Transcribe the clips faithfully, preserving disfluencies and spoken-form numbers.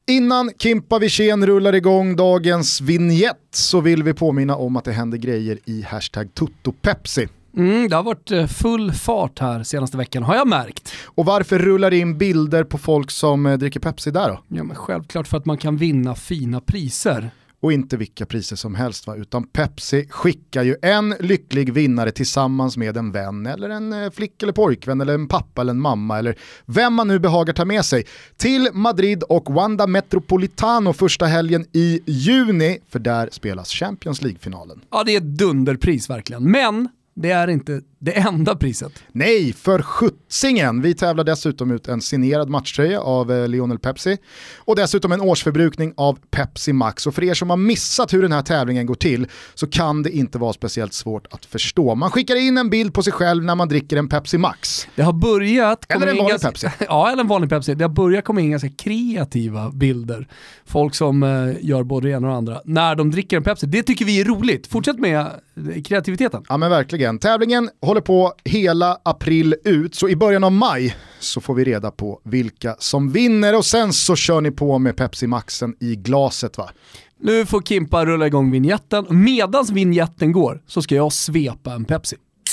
Innan Kimpa Wirsén rullar igång dagens vignett så vill vi påminna om att det händer grejer i hashtag TuttoPepsi. Mm, det har varit full fart här senaste veckan, har jag märkt. Och varför rullar det in bilder på folk som dricker Pepsi där då? Ja, men självklart för att man kan vinna fina priser. Och inte vilka priser som helst, va? Utan Pepsi skickar ju en lycklig vinnare tillsammans med en vän eller en flick eller pojkvän eller en pappa eller en mamma eller vem man nu behagar ta med sig till Madrid och Wanda Metropolitano första helgen i juni, för där spelas Champions League-finalen. Ja, det är ett dunderpris verkligen, men det är inte det enda priset. Nej, för sjuttsingen. Vi tävlar dessutom ut en signerad matchtröja av eh, Lionel Pepsi och dessutom en årsförbrukning av Pepsi Max. Och för er som har missat hur den här tävlingen går till så kan det inte vara speciellt svårt att förstå. Man skickar in en bild på sig själv när man dricker en Pepsi Max. Det har börjat... Eller en vanlig ganska, Pepsi. Ja, eller en vanlig Pepsi. Det har börjat komma in ganska kreativa bilder. Folk som eh, gör både det ena och det andra. När de dricker en Pepsi. Det tycker vi är roligt. Fortsätt med kreativiteten. Ja, men verkligen. Tävlingen håller på hela april ut, så i början av maj så får vi reda på vilka som vinner och sen så kör ni på med Pepsi Maxen i glaset, va? Nu får Kimpa rulla igång vignetten. Medans vignetten går så ska jag svepa en Pepsi.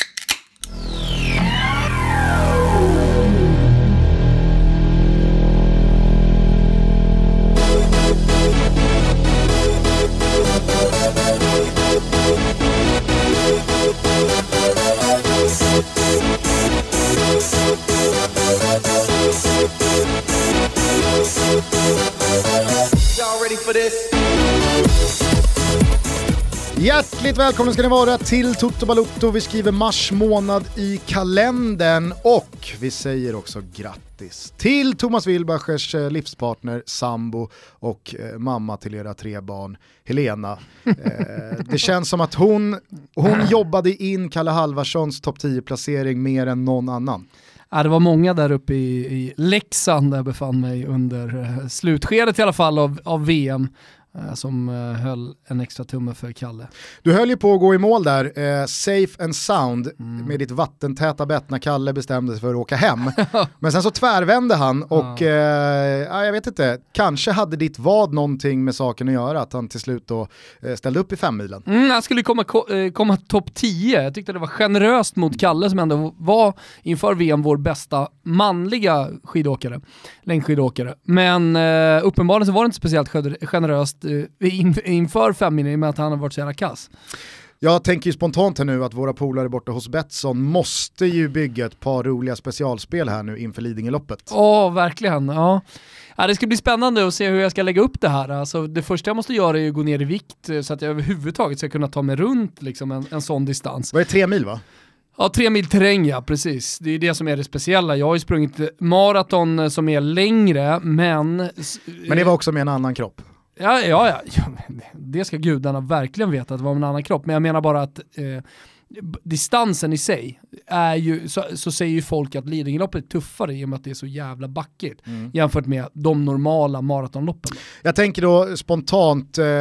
Hjärtligt välkomna ska ni vara till Toto Balotto. Vi skriver mars månad i kalendern och vi säger också grattis till Thomas Wilbachers livspartner, sambo och eh, mamma till era tre barn, Helena. Eh, det känns som att hon, hon jobbade in Kalle Halvarssons topp tio-placering mer än någon annan. Ja, det var många där uppe i, i Leksand där jag befann mig under eh, slutskedet i alla fall av, av V M. Som uh, höll en extra tumme för Kalle. Du höll ju på att gå i mål där, eh, safe and sound, mm. med ditt vattentäta bett när Kalle bestämde sig för att åka hem. Men sen så tvärvände han och ja. eh, jag vet inte, kanske hade ditt vad någonting med saken att göra att han till slut då eh, ställde upp i femmilen. Mm, han skulle komma, ko- komma topp tio. Jag tyckte det var generöst mot Kalle som ändå var inför V M vår bästa manliga skidåkare, längdskidåkare. Men eh, uppenbarligen så var det inte speciellt generöst In, inför femmilen med att han har varit så jävla kass. Jag tänker ju spontant här nu att våra polare borta hos Betsson måste ju bygga ett par roliga specialspel här nu inför Lidingöloppet. Ja, oh, verkligen. Ja. Ja, det ska bli spännande att se hur jag ska lägga upp det här. Alltså, det första jag måste göra är att gå ner i vikt så att jag överhuvudtaget ska kunna ta mig runt liksom, en, en sån distans. Vad är tre mil, va? Ja, tre mil terräng, ja, precis. Det är det som är det speciella. Jag har ju sprungit maraton som är längre, men... Men det var också med en annan kropp. Ja, ja, ja, ja, det ska gudarna verkligen veta att det var en annan kropp. Men jag menar bara att eh, distansen i sig är ju, så, så säger ju folk att Lidingöloppet är tuffare i och med att det är så jävla backigt mm. jämfört med de normala maratonloppen. Jag tänker då spontant, eh,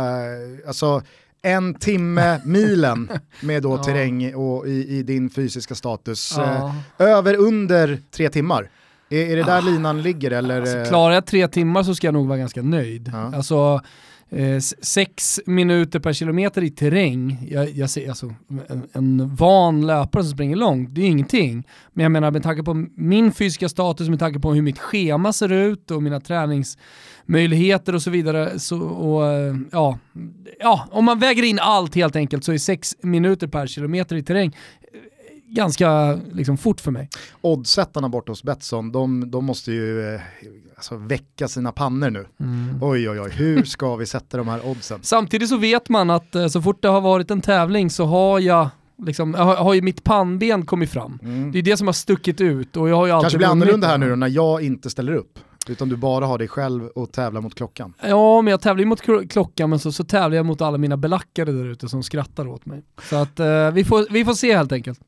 alltså en timme milen med då ja. terräng och i, i din fysiska status. Ja. Eh, över under tre timmar. Är, är det där ah, linan ligger? Eller? Alltså, klarar jag tre timmar så ska jag nog vara ganska nöjd. Ja. Alltså eh, sex minuter per kilometer i terräng. Jag, jag ser, alltså, en, en van löpare som springer långt, det är ingenting. Men jag menar med tanke på min fysiska status, med tanke på hur mitt schema ser ut och mina träningsmöjligheter och så vidare. Så, och, ja, ja, om man väger in allt helt enkelt så är sex minuter per kilometer i terräng ganska liksom fort för mig. Oddsättarna borta hos Betsson, de, de måste ju eh, alltså väcka sina pannor nu. Mm. Oj, oj, oj. Hur ska vi sätta de här oddsen? Samtidigt så vet man att eh, så fort det har varit en tävling så har jag liksom, har, har ju mitt pannben kommit fram. Mm. Det är det som har stuckit ut. Och jag har ju kanske blir annorlunda här nu då, när jag inte ställer upp. Utan du bara har dig själv och tävlar mot klockan. Ja, men jag tävlar mot klockan, men så, så tävlar jag mot alla mina belackare där ute som skrattar åt mig. Så att eh, vi, får, vi får se helt enkelt.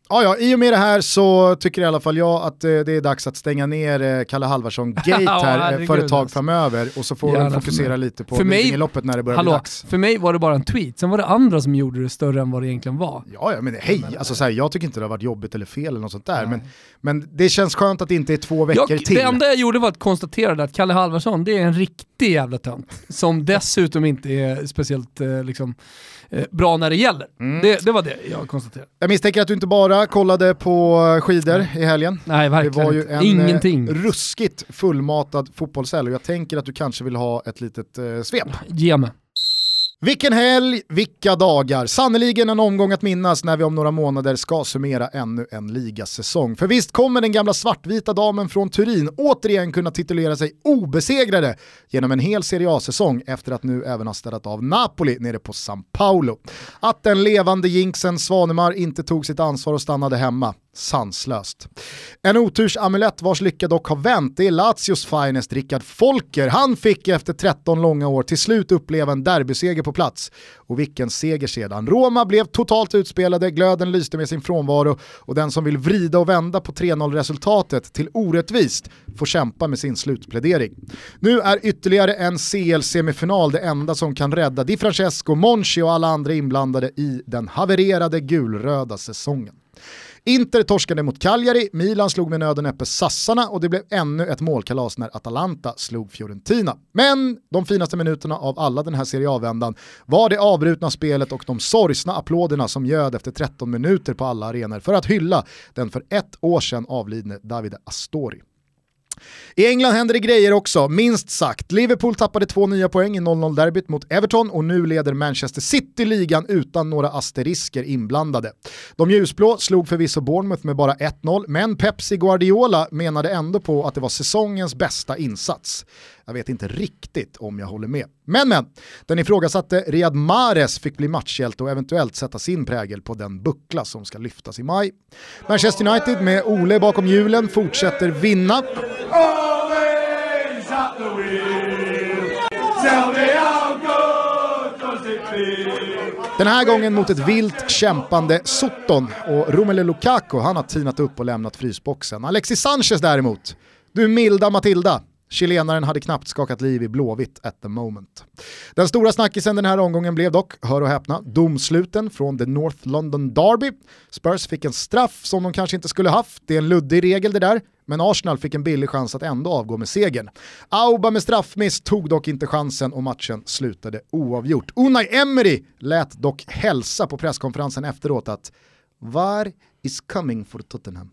Ja, ja, i och med det här så tycker i alla fall jag att eh, det är dags att stänga ner eh, Kalle Halvarsson-gate här eh, för ett tag framöver och så får vi fokusera för lite på Lidingö-loppet när det börjar hallå, bli dags. För mig var det bara en tweet, sen var det andra som gjorde det större än vad det egentligen var. Ja, ja men hej, alltså, så här, jag tycker inte det har varit jobbigt eller fel eller något sånt där, men, men det känns skönt att det inte är två veckor jag, till. Det enda jag gjorde var att konstatera att Kalle Halvarsson, det är en riktig jävla tönt, som dessutom inte är speciellt eh, liksom, eh, bra när det gäller. Mm. Det, det var det jag konstaterade. Jag misstänker att du inte bara kollade på skidor i helgen. Nej, verkligen det var ju en ingenting. ruskigt fullmatad fotbollshelg och jag tänker att du kanske vill ha ett litet eh, svep. Ge mig. Vilken helg, vilka dagar. Sannoliken en omgång att minnas när vi om några månader ska summera ännu en ligasäsong. För visst kommer den gamla svartvita damen från Turin återigen kunna titulera sig obesegrade genom en hel Serie A-säsong efter att nu även ha städat av Napoli nere på São Paulo. Att den levande jinxen Svanemar inte tog sitt ansvar och stannade hemma. Sanslöst. En otursamulett vars lycka dock har vänt, det är Lazios finest Rickard Folker. Han fick efter tretton långa år till slut uppleva en derbyseger på plats. Och vilken seger sedan. Roma blev totalt utspelade, glöden lyste med sin frånvaro och den som vill vrida och vända på tre noll-resultatet till orättvist får kämpa med sin slutplädering. Nu är ytterligare en C L-semifinal det enda som kan rädda Di Francesco, Monchi och alla andra inblandade i den havererade gulröda säsongen. Inter torskade mot Cagliari, Milan slog med nöden näppe Sassarna och det blev ännu ett målkalas när Atalanta slog Fiorentina. Men de finaste minuterna av alla den här Serie A-vändan var det avbrutna spelet och de sorgsna applåderna som göd efter tretton minuter på alla arenor för att hylla den för ett år sedan avlidne Davide Astori. I England händer det grejer också, minst sagt. Liverpool tappade två nya poäng i noll noll-derbyt mot Everton och nu leder Manchester City ligan utan några asterisker inblandade. De ljusblå slog förvisso Bournemouth med bara ett noll, men Pepsi Guardiola menade ändå på att det var säsongens bästa insats. Jag vet inte riktigt om jag håller med. Men men, den ifrågasatte Riyad Mahrez fick bli matchhjälte och eventuellt sätta sin prägel på den buckla som ska lyftas i maj. Manchester United med Ole bakom hjulen fortsätter vinna. Den här gången mot ett vilt kämpande Sutton och Romelu Lukaku, han har tinat upp och lämnat frysboxen. Alexis Sanchez däremot, du milda Matilda. Chilenaren hade knappt skakat liv i blåvitt at the moment. Den stora snackisen den här omgången blev dock, hör och häpna, domsluten från the North London Derby. Spurs fick en straff som de kanske inte skulle haft, det är en luddig regel det där, men Arsenal fick en billig chans att ändå avgå med segern. Auba med straffmiss tog dock inte chansen och matchen slutade oavgjort. Unai Emery lät dock hälsa på presskonferensen efteråt att VAR is coming for Tottenham.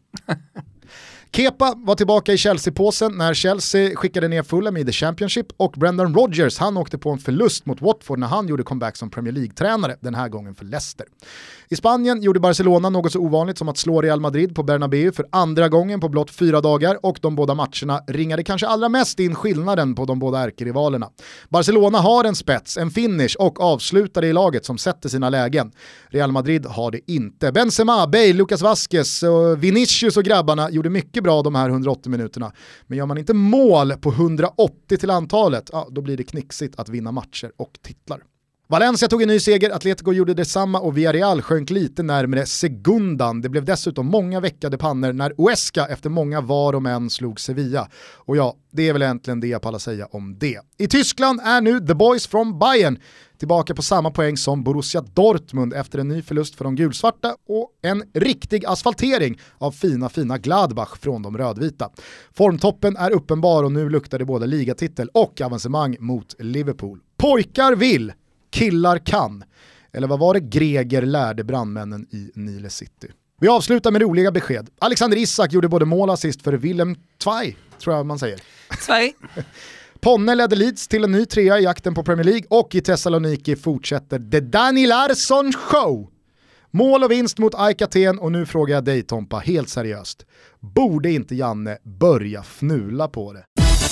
Kepa var tillbaka i Chelsea-påsen när Chelsea skickade ner Fulham i The Championship och Brendan Rodgers, han åkte på en förlust mot Watford när han gjorde comeback som Premier League-tränare, den här gången för Leicester. I Spanien gjorde Barcelona något så ovanligt som att slå Real Madrid på Bernabéu för andra gången på blott fyra dagar och de båda matcherna ringade kanske allra mest in skillnaden på de båda ärkerivalerna. Barcelona har en spets, en finish och avslutare i laget som sätter sina lägen. Real Madrid har det inte. Benzema, Bale, Lucas Vazquez, och Vinicius och grabbarna gjorde mycket bra de här hundraåttio minuterna. Men gör man inte mål på hundraåttio till antalet, ja, då blir det knixigt att vinna matcher och titlar. Valencia tog en ny seger, Atletico gjorde detsamma och Villarreal sjönk lite närmare segundan. Det blev dessutom många veckade pannor när Huesca efter många var och män slog Sevilla. Och ja, det är väl egentligen det jag pallar säga om det. I Tyskland är nu The Boys from Bayern tillbaka på samma poäng som Borussia Dortmund efter en ny förlust för de gulsvarta och en riktig asfaltering av fina fina Gladbach från de rödvita. Formtoppen är uppenbar och nu luktar det både ligatitel och avancemang mot Liverpool. Pojkar vill, killar kan. Eller vad var det Greger lärde brandmännen i Nile City? Vi avslutar med roliga besked. Alexander Isak gjorde både mål och assist för Willem Tvei, tror jag man säger. Tvei. Ponne ledde Leeds till en ny trea i jakten på Premier League och i Thessaloniki fortsätter The Danny Larsson Show. Mål och vinst mot A I K Aten och nu frågar jag dig Tompa helt seriöst. Borde inte Janne börja fnula på det?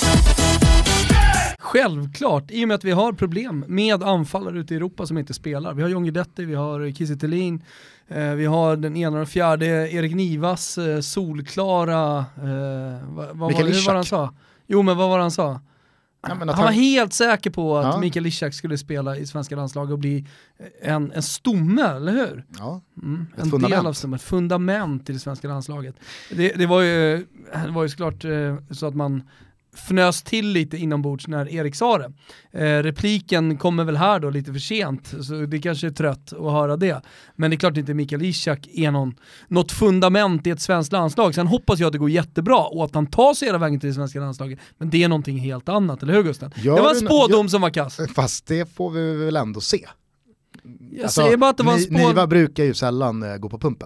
Självklart, i och med att vi har problem med anfallare ute i Europa som inte spelar. Vi har John Guidetti, vi har Kiese Thelin, eh, vi har den ena och fjärde Erik Nivas, eh, solklara, eh, vad, vad var det han sa? Jo men vad var det han sa? Ja, men han var helt säker på att ja. Mikael Ishak skulle spela i svenska landslaget och bli en, en stomme, eller hur? Ja, mm, ett en fundament. del av stommen, ett fundament i det svenska landslaget. Det, det, var, ju, det var ju såklart eh, så att man fnös till lite inombords när Erik sa det. Eh, repliken kommer väl här då lite för sent, så det kanske är trött att höra det. Men det är klart inte Mikael Ishak är någon, något fundament i ett svenskt landslag. Sen hoppas jag att det går jättebra och att han tar sig hela vägen till det svenska landslaget. Men det är någonting helt annat, eller hur Gusten? Gör det var en spådom som var kass. Fast det får vi väl ändå se. Jag alltså, säger bara att det var en spå... Niva brukar ju sällan uh, gå på pumpen.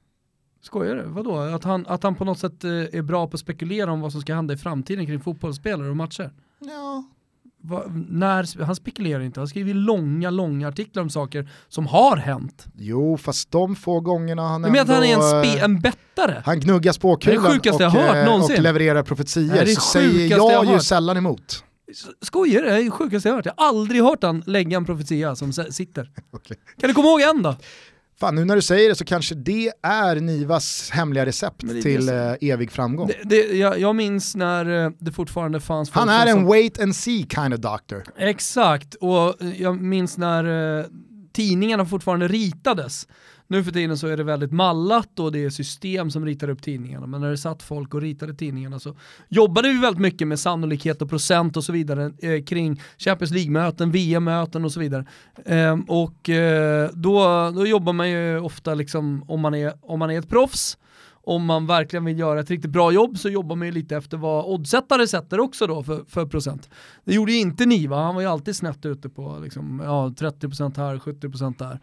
Skojar du? Vadå? Att han, att han på något sätt eh, är bra på att spekulera om vad som ska hända i framtiden kring fotbollsspelare och matcher? Ja. Va, när, han spekulerar inte. Han skriver långa, långa artiklar om saker som har hänt. Jo, fast de få gångerna han ändå... Men att han är en, spe, en bettare? Han gnuggar spåkulan och, jag hört, och levererar profetier. Så säger jag, jag ju hört. sällan emot. Skojar, det är det sjukaste jag har hört. Jag har aldrig hört han lägga en profetia som sitter. Okay. Kan du komma ihåg en då? Fan, nu när du säger det så kanske det är Nivas hemliga recept till eh, evig framgång. Det, det, jag, jag minns när eh, det fortfarande fanns... Han är en som... wait and see kind of doctor. Exakt, och jag minns när eh, tidningarna fortfarande ritades. Nu för tiden så är det väldigt mallat och det är system som ritar upp tidningarna. Men när det satt folk och ritade tidningarna så jobbade vi väldigt mycket med sannolikhet och procent och så vidare eh, kring Champions League-möten, V M-möten och så vidare. Eh, och eh, då, då jobbar man ju ofta liksom, om man är, om man är ett proffs, om man verkligen vill göra ett riktigt bra jobb så jobbar man ju lite efter vad oddsättare sätter också då för, för procent. Det gjorde ju inte Niva, han var ju alltid snett ute på liksom, ja, trettio procent här, sjuttio procent där.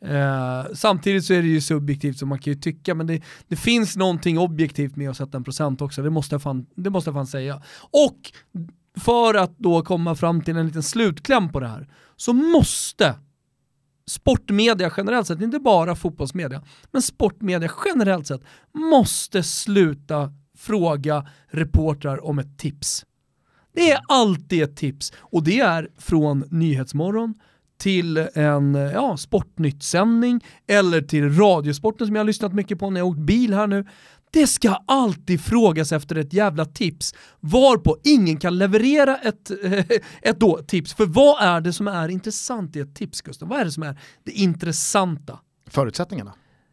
Eh, samtidigt så är det ju subjektivt så man kan ju tycka, men det, det finns någonting objektivt med att sätta en procent också, det måste jag fan, det måste jag fan säga. Och för att då komma fram till en liten slutkläm på det här så måste sportmedia generellt sett, inte bara fotbollsmedia, men sportmedia generellt sett måste sluta fråga reportrar om ett tips. Det är alltid ett tips och det är från Nyhetsmorgon till en ja, Sportnytt-sändning eller till Radiosporten som jag har lyssnat mycket på när jag åkt bil här nu. Det ska alltid frågas efter ett jävla tips varpå ingen kan leverera ett, ett då tips. För vad är det som är intressant i ett tips, Gustav? Vad är det som är det intressanta? Förutsättningarna.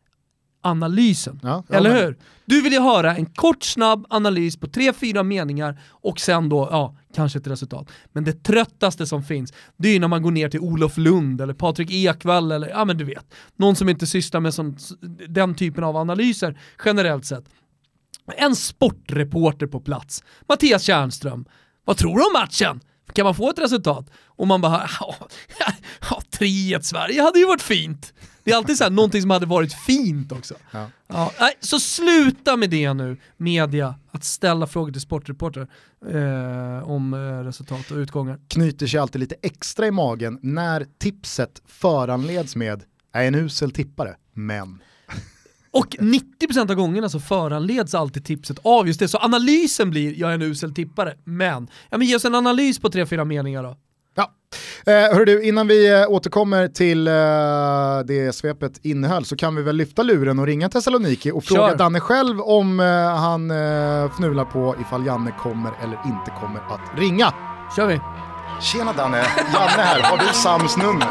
Analysen, ja, eller men... hur? Du vill ju höra en kort, snabb analys på tre, fyra meningar och sen då, ja, kanske ett resultat. Men det tröttaste som finns, det är ju när man går ner till Olof Lund eller Patrik Ekwall eller, ja men du vet, någon som inte sysslar med sån, den typen av analyser generellt sett. En sportreporter på plats, Mattias Tjärnström. Vad tror du om matchen? Kan man få ett resultat? Och man bara, ja, ja tre ett Sverige hade ju varit fint. Det är alltid så här, någonting som hade varit fint också. Ja. Ja, så sluta med det nu, media, att ställa frågor till sportreporter eh, om eh, resultat och utgångar. Knyter sig alltid lite extra i magen när tipset föranleds med är en usel tippare, men... Och nittio procent av gångerna så föranleds alltid tipset av just det. Så analysen blir, jag är en usel tippare, men, ja, men ge oss en analys på tre, fyra meningar då. Ja, eh, hör du, innan vi eh, återkommer till eh, det svepet innehöll så kan vi väl lyfta luren och ringa Thessaloniki och fråga Kör. Danne själv om eh, han eh, fnular på ifall Janne kommer eller inte kommer att ringa. Kör vi. Tjena Danne, Janne här, har du Sams nummer?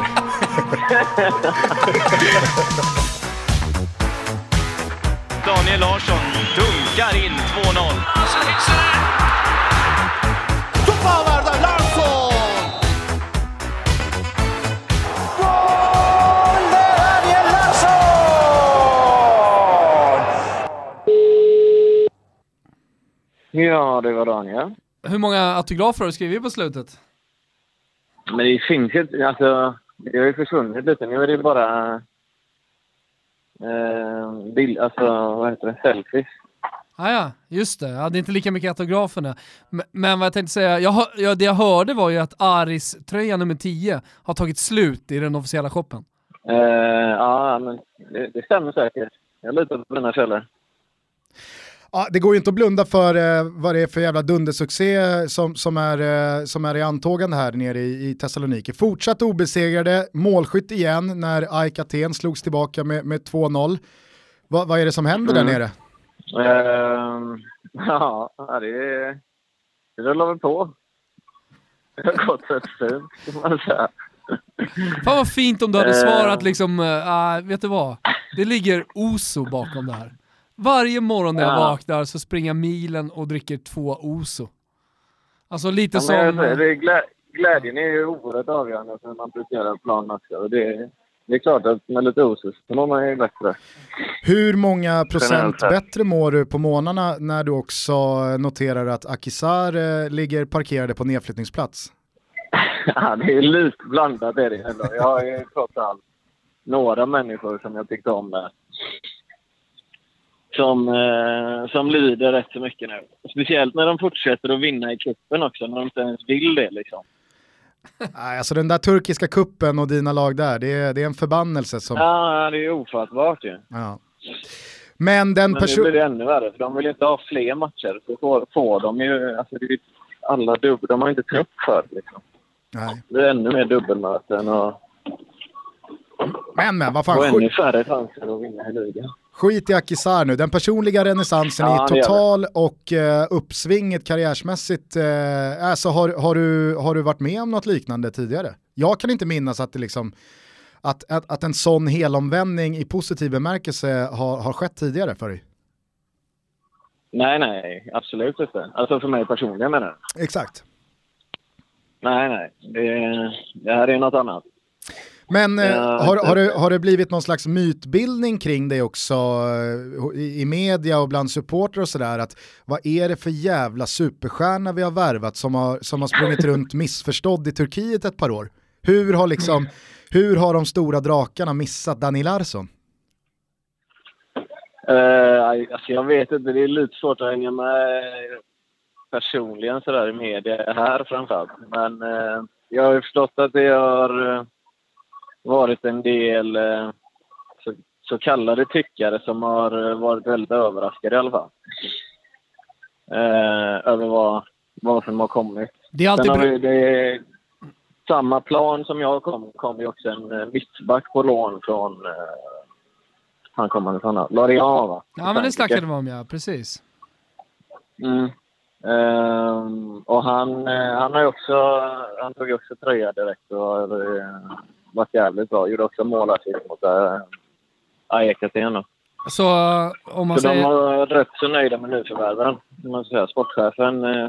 Daniel Larsson dunkar in två noll. Topavärda Larsson! Mål! Daniel Larsson! Ja, det var Daniel. Hur många autografer har du skrivit på slutet? Men det finns ju, alltså, det har ju försvunnit lite. Nu är det bara... Eh, bild, alltså vad heter det, selfies. Ah, ja, just det. Ja, det är inte lika mycket autograferna. Men, men vad jag tänkte säga, jag, jag, det jag hörde var ju att Aris-tröja nummer tio har tagit slut i den officiella shoppen. Eh, ja, men det, det stämmer säkert. Jag litar på mina källor. Ja, det går ju inte att blunda för eh, vad det är för jävla dundersuccé som, som, är, eh, som är i antågande här nere i, i Thessaloniki. Fortsatt obesegrade, målskytt igen när AEK Aten slogs tillbaka med, med två noll. Va, vad är det som händer mm. där nere? Uh, ja, det, det rullar väl på. Det har gått rätt fint, kan man säga. Fan vad fint om du hade svarat liksom, uh, vet du vad? Det ligger Oso bakom det här. Varje morgon när jag ja. vaknar så springer jag milen och dricker två Oso. Alltså lite ja, som... Jag, det är glä, glädjen är ju oerhört avgörande när man presterar planmatcher. Och det, det är klart att med lite Oso så mår man ju bättre. Hur många procent bättre mår du på månaderna när du också noterar att Akisar eh, ligger parkerade på nedflyttningsplats? Ja, det är lite blandat är det ändå. Jag har ju trots allt några människor som jag tyckte om där. Som, eh, som lider rätt så mycket nu. Speciellt när de fortsätter att vinna i kuppen också, när de inte ens vill det liksom. Nej, alltså den där turkiska kuppen och dina lag där, det är, det är en förbannelse som... Ja, det är ofattbart ju. Ja. Men den Men person... nu blir det ännu värre, för de vill inte ha fler matcher. Så får, får de ju, alltså det är alla dubbel, de har inte trupp för liksom. Nej. Det är ännu mer dubbelmöten och... Men, men, vad fan... Och ännu skit, färre chanser att vinna i ligan. skit i Akisar nu. Den personliga renässansen Ja, är total och eh, uppsvinget karriärsmässigt. Eh, alltså, har, har, du, har du varit med om något liknande tidigare? Jag kan inte minnas att det liksom... Att, att, att en sån helomvändning i positiv bemärkelse har, har skett tidigare för dig? Nej, nej. Absolut inte. Alltså för mig personligen menar jag. Exakt. Nej, nej. Det, det här är något annat. Men eh, Ja, har, har, det, har det blivit någon slags mytbildning kring det också eh, i, i media och bland supporter och sådär, att vad är det för jävla superstjärna vi har värvat som har, som har sprungit runt missförstådd i Turkiet ett par år? Hur har liksom, hur har de stora drakarna missat Dani Larsson? Uh, alltså jag vet inte, det är lite svårt att hänga med personligen sådär i media här framförallt. Men uh, jag har ju förstått att det har uh, varit en del uh, så, så kallade tyckare som har uh, varit väldigt överraskade i alla fall. Uh, över vad, vad som har kommit. Det är alltid Sen har bra. vi, det är samma plan som jag kom, kom ju också en uh, mittback på lån från... Uh, han kommer från Lorient, va? Ja, men det snackade vi om, ja, precis. Mm. Um, och han, uh, han har ju också, han tog ju också tröja direkt och har uh, varit jävligt bra. Gjorde också målassist mot uh, Ajax Aten. Så om man så säger... de har rätt så nöjda med nyförvärven. Man säger, sportchefen uh,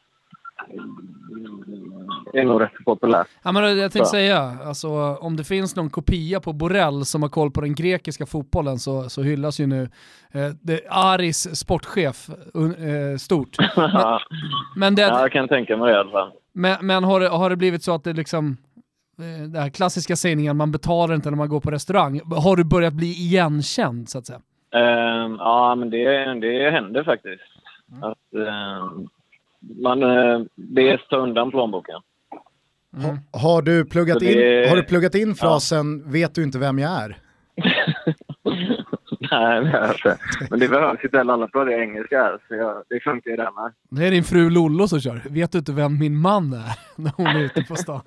är nog rätt populär. Ja, men jag tänkte så. säga, alltså, om det finns någon kopia på Borrell som har koll på den grekiska fotbollen så, så hyllas ju nu eh, det Aris sportchef eh, stort. Men, men det, ja, jag kan tänka mig det i alla fall. Men, men har, det, har det blivit så att det liksom eh, den här klassiska sägningen, man betalar inte när man går på restaurang, har du börjat bli igenkänd så att säga? Um, ja, men det, det händer faktiskt. Mm. Att um, man uh, ber ta undan plånboken. Mm. Har, du pluggat det, in, har du pluggat in frasen ja. Vet du inte vem jag är? Nej, det är inte. Men det behövs inte heller, alla pratar engelska här, så jag, det funkar ju där med. Det är din fru Lollo som kör. Vet du inte vem min man är när hon är ute på stan?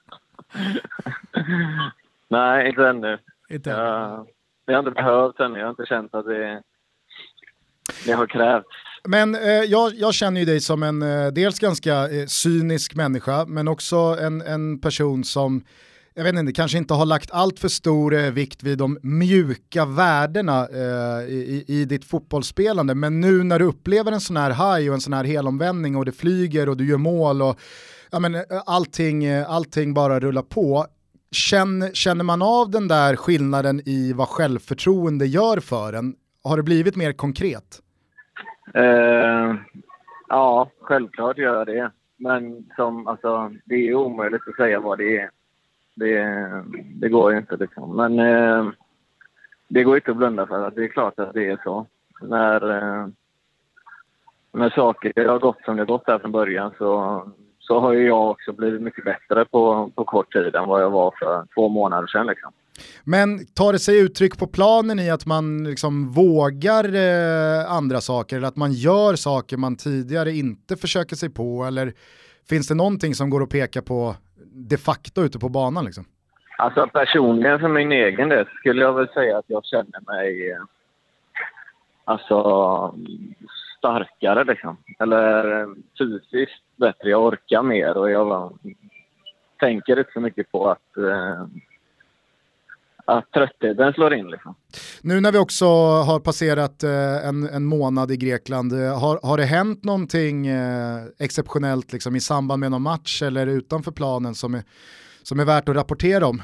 Nej, inte ännu. Inte ännu. Jag, det har inte behövt ännu. Jag har inte känt att det, det har krävts. Men eh, jag, jag känner ju dig som en eh, dels ganska eh, cynisk människa, men också en, en person som, jag vet inte, kanske inte har lagt allt för stor eh, vikt vid de mjuka värdena eh, i, i ditt fotbollsspelande. Men nu när du upplever en sån här high och en sån här helomvändning och det flyger och du gör mål och ja, men, allting, allting bara rullar på. Känner, känner man av den där skillnaden i vad självförtroende gör för en? Har det blivit mer konkret? Uh, ja, självklart gör jag det. Men som, alltså, det är omöjligt att säga vad det är. Det, det går ju inte liksom. Men uh, det går inte att blunda för att det är klart att det är så. När, uh, när saker har gått som det har gått där från början så, så har ju jag också blivit mycket bättre på, på kort tid än vad jag var för två månader sedan liksom. Men tar det sig uttryck på planen i att man liksom vågar eh, andra saker eller att man gör saker man tidigare inte försöker sig på, eller finns det någonting som går att peka på de facto ute på banan liksom? Alltså personligen för min egen del skulle jag väl säga att jag känner mig eh, alltså starkare liksom. Eller fysiskt bättre. Jag orkar mer och jag tänker inte så mycket på att, eh, att tröttheten slår in liksom. Nu när vi också har passerat eh, en, en månad i Grekland, eh, har, har det hänt någonting eh, exceptionellt liksom, i samband med någon match eller utanför planen som är, som är värt att rapportera om?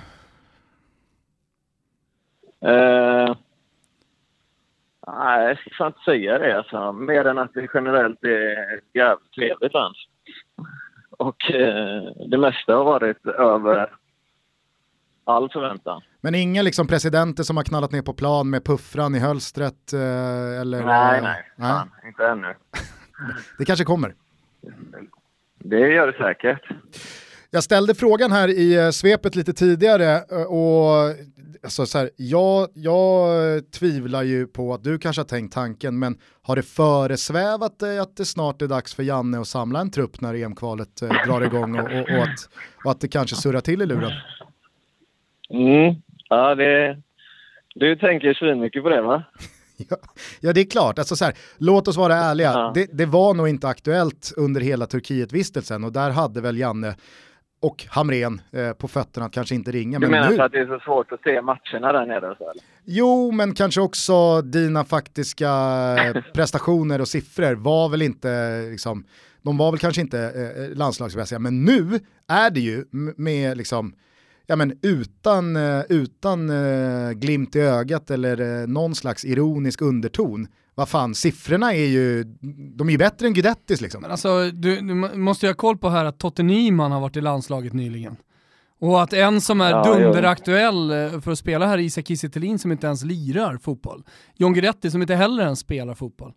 Eh, nej, jag ska inte säga det. Alltså. Mer än att det generellt är ett jävligt trevligt land. Och eh, det mesta har varit över all förväntan. Men inga liksom presidenter som har knallat ner på plan med puffran i hölstret? Eh, eller, nej, eh, nej. nej. Fan, inte ännu. Det kanske kommer. Det gör det säkert. Jag ställde frågan här i svepet lite tidigare och alltså så här, jag, jag tvivlar ju på att du kanske har tänkt tanken, men har det föresvävat dig att det snart är dags för Janne att samla en trupp när E M-kvalet eh, drar igång och, och, och, att, och att det kanske surrar till i luren? Mm. Ja, det, du tänker svin mycket på det, va? Ja, ja, det är klart. Alltså så här, låt oss vara ärliga. Ja. Det, det var nog inte aktuellt under hela Turkiet-vistelsen och där hade väl Janne och Hamrén eh, på fötterna att kanske inte ringa. Du men menar nu... så att det är så svårt att se matcherna där nere? Så, eller? Jo, men kanske också dina faktiska prestationer och siffror var väl inte, liksom, de var väl kanske inte eh, landslagsmässiga, men nu är det ju med liksom, ja men utan, utan uh, glimt i ögat eller uh, någon slags ironisk underton. Vad fan, siffrorna är ju, de är ju bättre än Guidettis liksom. Men alltså, du, du måste ju ha koll på här att Totte Nyman har varit i landslaget nyligen. Och att en som är ja, dunderaktuell för att spela här, Isak Kiese Thelin, som inte ens lirar fotboll. John Guidetti som inte heller ens spelar fotboll.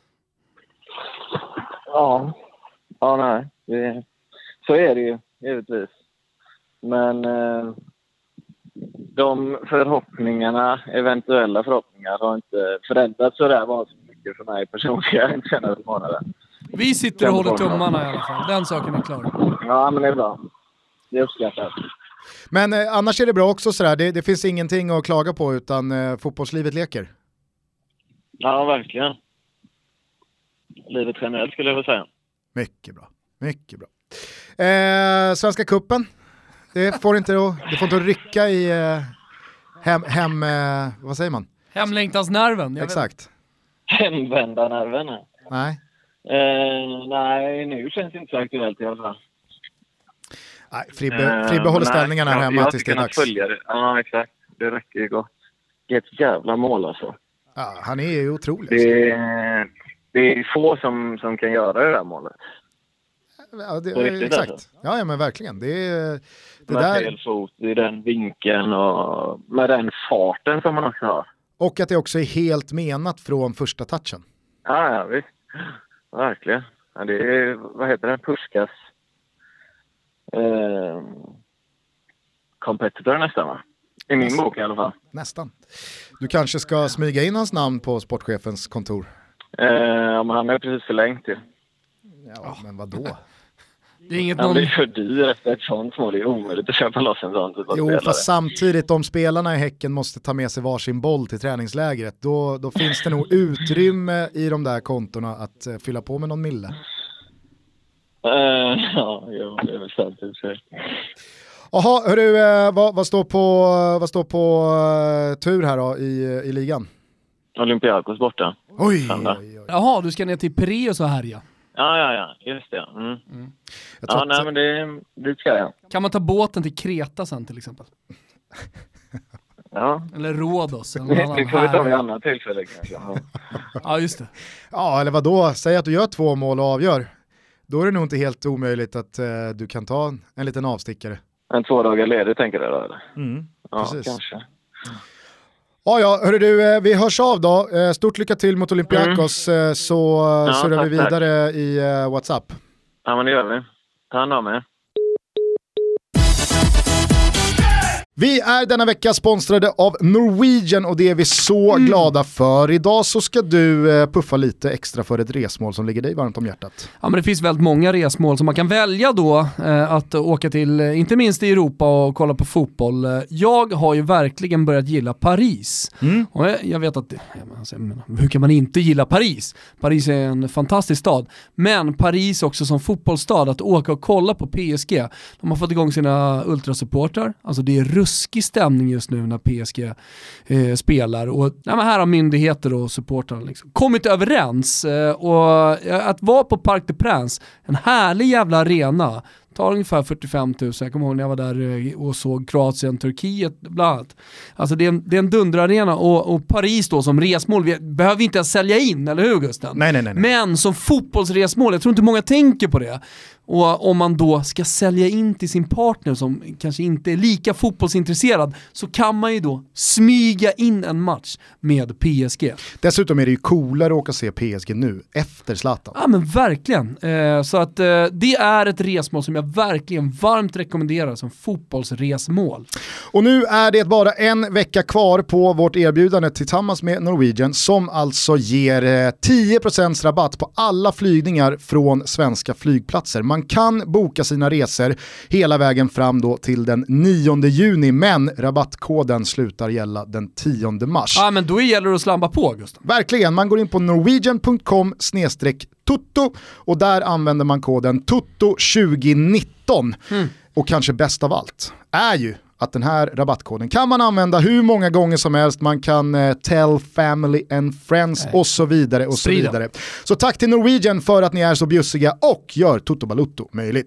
Ja, ja nej. Det, så är det ju, givetvis. Men eh, de förhoppningarna, eventuella förhoppningar, har inte förändrats så där var så mycket för mig personligen den senaste månaden. Vi sitter och håller tummarna i alla fall. Den saken är klar. Ja, men det är bra. Det uppskattas. Men eh, annars är det bra också sådär. Det, det finns ingenting att klaga på utan eh, fotbollslivet leker. Ja, verkligen. Livet generellt skulle jag vilja säga. Mycket bra. Mycket bra. Eh, Svenska kuppen. Det får inte att, det får inte att rycka i eh, hem, hem eh, vad säger man? Hemlängtansnerven. Exakt. Hemvändarnerven. Nej. Eh, nej, nu känns det inte så aktuellt i alla fall. Nej, Fribbe, Fribbe håller ställningarna här hemma tills det är dags. Följa det. Ja, exakt. Det räcker ju gott. Det är ett jävla mål alltså. Ja, han är ju otrolig. Det är, det är få som, som kan göra det där målet. Ja, det, exakt. Alltså. Ja, ja, men verkligen. Det är det med där. fel fot i den vinkeln och med den farten som man också har. Och att det också är helt menat från första touchen. Ja, ja visst. Verkligen. Ja, det är, vad heter det? Puskas eh, competitor nästan, va? I min bok i alla fall. Nästan. Du kanske ska smyga in hans namn på sportchefens kontor. Eh, ja, men han är precis förlängt ju. Ja, oh. Men vadå? Det är inget Han någon... blir för dyr efter ett sånt mål. Det är omöjligt att köpa loss en sån typ av Jo, spelare. fast samtidigt om spelarna i Häcken måste ta med sig varsin boll till träningslägret, då, då finns det nog utrymme i de där kontorna att uh, fylla på med någon mille. Uh, ja, jo, det är väl sant i sig. Jaha, hörru, uh, vad, vad står på, uh, vad står på uh, tur här då i, i ligan? Olympiakos borta. Oj, oj, oj. Jaha, du ska ner till Pireus och härja. Ja, ja, ja, just det. Mm. Mm. Jag ja, nej, att... men det, det ska jag. Kan man ta båten till Kreta sen till exempel? Ja. Eller Rhodos. Eller det, det får vi ta vid annat tillfälle kanske. Ja. Ja, just det. Ja, eller vadå? Säg att du gör två mål och avgör. Då är det nog inte helt omöjligt att uh, du kan ta en, en liten avstickare. En två dagar ledig tänker du då, eller? Mm, ja, precis. kanske. Ja, ja, hörru du, vi hörs av då. Stort lycka till mot Olympiakos mm. så ja, surrar vi vidare tack. i uh, WhatsApp. Ja, men det gör vi. Ta hand om er. Vi är denna vecka sponsrade av Norwegian och det är vi så mm. glada för. Idag så ska du eh, puffa lite extra för ett resmål som ligger dig varmt om hjärtat. Ja, men det finns väldigt många resmål som man kan välja då eh, att åka till, eh, inte minst i Europa och kolla på fotboll. Jag har ju verkligen börjat gilla Paris. Mm. Och jag, jag vet att, jag menar, hur kan man inte gilla Paris? Paris är en fantastisk stad. Men Paris också som fotbollsstad, att åka och kolla på P S G. De har fått igång sina ultrasupportrar. Alltså det är ruskig stämning just nu när P S G eh, spelar. Och ja, men här har myndigheter och supportrar liksom kommit överens. Eh, och att vara på Parc des Princes, en härlig jävla arena, tar ungefär fyrtiofem tusen. Jag kommer ihåg när jag var där och såg Kroatien, Turkiet bland annat. Alltså det är en, det är en dundrarena och, och Paris då som resmål, vi behöver vi inte ens sälja in, eller hur Gusten? Nej, nej, nej, nej. Men som fotbollsresmål, jag tror inte många tänker på det. Och om man då ska sälja in till sin partner som kanske inte är lika fotbollsintresserad, så kan man ju då smyga in en match med P S G. Dessutom är det ju coolare att åka och se P S G nu, efter Zlatan. Ja, men verkligen. Eh, så att eh, det är ett resmål som jag verkligen varmt rekommenderar som fotbollsresmål. Och nu är det bara en vecka kvar på vårt erbjudande tillsammans med Norwegian, som alltså ger eh, tio procent rabatt på alla flygningar från svenska flygplatser. Man kan boka sina resor hela vägen fram då till den nionde juni, men rabattkoden slutar gälla den tionde mars. Ja, men då gäller det att slampa på, Gustav. Verkligen, man går in på norwegian punkt com slash tutto och där använder man koden tutto tjugo nitton. Mm. Och kanske bäst av allt är ju att den här rabattkoden kan man använda hur många gånger som helst. Man kan eh, tell family and friends och så vidare och Sprida. så vidare. Så tack till Norwegian för att ni är så bjussiga och gör Toto Balutto möjligt.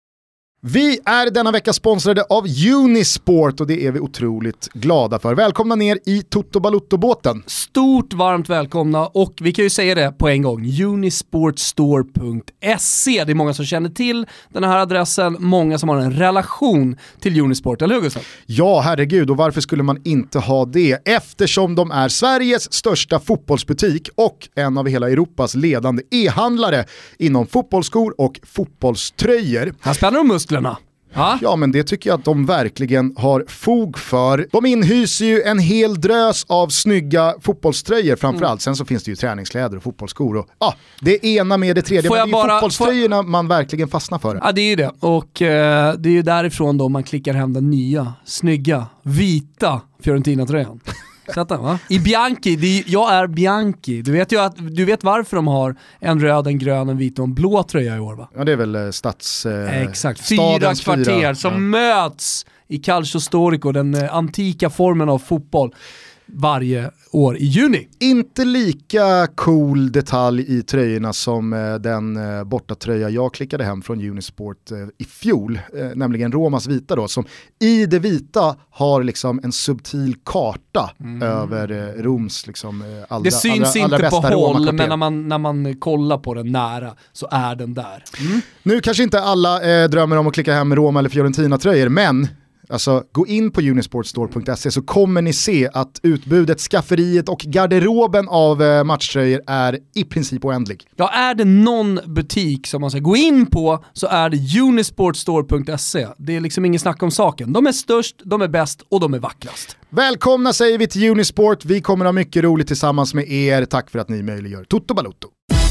Vi är denna vecka sponsrade av Unisport och det är vi otroligt glada för. Välkomna ner i Toto Balutto-båten. Stort varmt välkomna, och vi kan ju säga det på en gång. unisportstore punkt se. Det är många som känner till den här adressen, många som har en relation till Unisport, eller hur Gustav? Ja, herregud, och varför skulle man inte ha det? Eftersom de är Sveriges största fotbollsbutik och en av hela Europas ledande e-handlare inom fotbollsskor och fotbollströjor. Här spänner de muskler. Ha? Ja, men det tycker jag att de verkligen har fog för. De inhyser ju en hel drös av snygga fotbollströjor framförallt. Mm. Sen så finns det ju träningskläder och fotbollsskor. Och, ah, det ena med det tredje. Får men det är bara, fotbollströjorna får... man verkligen fastnar för. Ja, det är ju det. Och eh, det är ju därifrån då man klickar hem den nya, snygga, vita Fiorentina-tröjan. Sätta, va? I Bianchi, det är, jag är Bianchi. Du vet ju att, du vet varför de har en röd, en grön, en vit och en blå tröja i år, va? Ja, det är väl eh, stats... Eh, Exakt, fyra kvarter fyra. som ja. möts i Calcio Storico, den eh, antika formen av fotboll, varje år i juni. Inte lika cool detalj i tröjorna som eh, den eh, bortatröja jag klickade hem från Unisport eh, i fjol, eh, nämligen Romas vita då, som i det vita har liksom en subtil karta mm. över eh, Roms liksom eh, allra, det syns allra, allra inte på håll, men när man, när man kollar på den nära så är den där. Mm. Nu kanske inte alla eh, drömmer om att klicka hem Roma eller Fiorentina-tröjor, men alltså, gå in på unisportstore punkt se så kommer ni se att utbudet, skafferiet och garderoben av eh, matchtröjor är i princip oändlig. Ja, är det någon butik som man ska gå in på så är det unisportstore punkt se. Det är liksom ingen snack om saken. De är störst, de är bäst och de är vackrast. Välkomna säger vi till Unisport. Vi kommer ha mycket roligt tillsammans med er. Tack för att ni möjliggör Toto Balutto.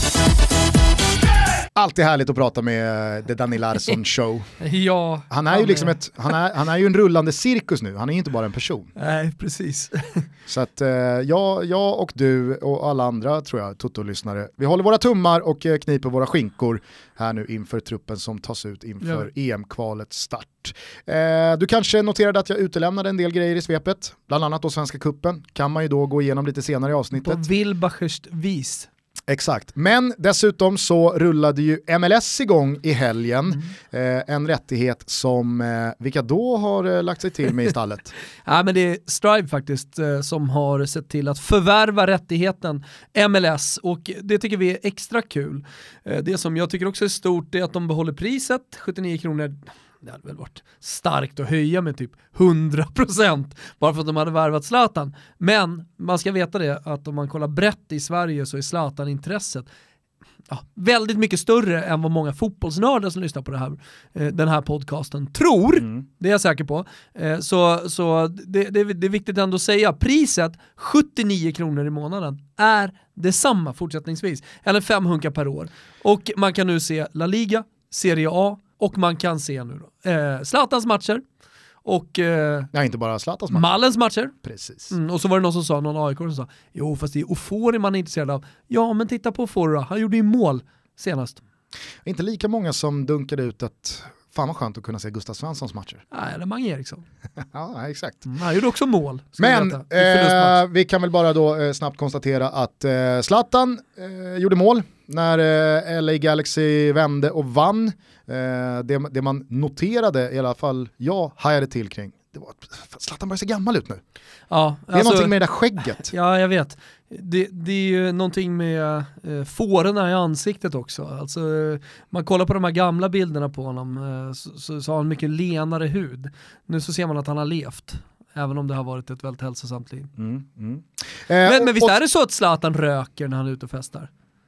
Alltid härligt att prata med The Danny Larsson Show. Ja, han är han ju liksom är... ett han är, han är ju en rullande cirkus nu. Han är ju inte bara en person. Nej, precis. Så att eh, jag, jag och du och alla andra, tror jag, Toto-lyssnare, vi håller våra tummar och eh, kniper våra skinkor här nu inför truppen som tas ut inför ja. E M-kvalets start. Eh, du kanske noterade att jag utelämnade en del grejer i svepet, bland annat då Svenska Cupen. Kan man ju då gå igenom lite senare i avsnittet. På Wilbachers vis. Exakt, men dessutom så rullade ju M L S igång i helgen, mm. eh, en rättighet som, eh, vilka då har eh, lagt sig till med i stallet? Ja, men det är Strive faktiskt eh, som har sett till att förvärva rättigheten M L S, och det tycker vi är extra kul. Eh, det som jag tycker också är stort är att de behåller priset, sjuttionio kronor. Det hade väl varit starkt att höja med typ hundra procent bara för att de hade värvat Zlatan. Men man ska veta det, att om man kollar brett i Sverige så är Zlatan-intresset ja, väldigt mycket större än vad många fotbollsnördar som lyssnar på det här, eh, den här podcasten tror. Mm. Det är jag säker på. Eh, så så det, det, det är viktigt ändå att säga. Priset, sjuttionio kronor i månaden, är detsamma fortsättningsvis. Eller fem hunkar per år. Och man kan nu se La Liga, Serie A och man kan se nu då eh, Zlatans matcher. Och eh, ja, inte bara Zlatans matcher. Mallens matcher. Precis. Mm, och så var det någon som sa, någon A I K som sa, jo fast det är Ofori man är intresserad av. Ja, men titta på Ofori, han gjorde ju mål senast. Inte lika många som dunkade ut att fan vad skönt att kunna se Gustav Svenssons matcher. Nej, eller Mange Eriksson. Ja, exakt. Mm, han gjorde också mål. Men eh, vi kan väl bara då eh, snabbt konstatera att eh, Zlatan eh, gjorde mål när eh, L A Galaxy vände och vann. Eh, det, det man noterade, i alla fall jag hajade till kring, det var att Zlatan börjar se gammal ut nu. Ja, det är alltså, någonting med det där skägget. Ja, jag vet. Det, det är ju någonting med eh, fårorna i ansiktet också. Alltså, eh, man kollar på de här gamla bilderna på honom eh, så, så, så har han mycket lenare hud. Nu så ser man att han har levt. Även om det har varit ett väldigt hälsosamt liv. Mm, mm. Eh, men, och, men visst är det så att Zlatan röker när han är ute och festar?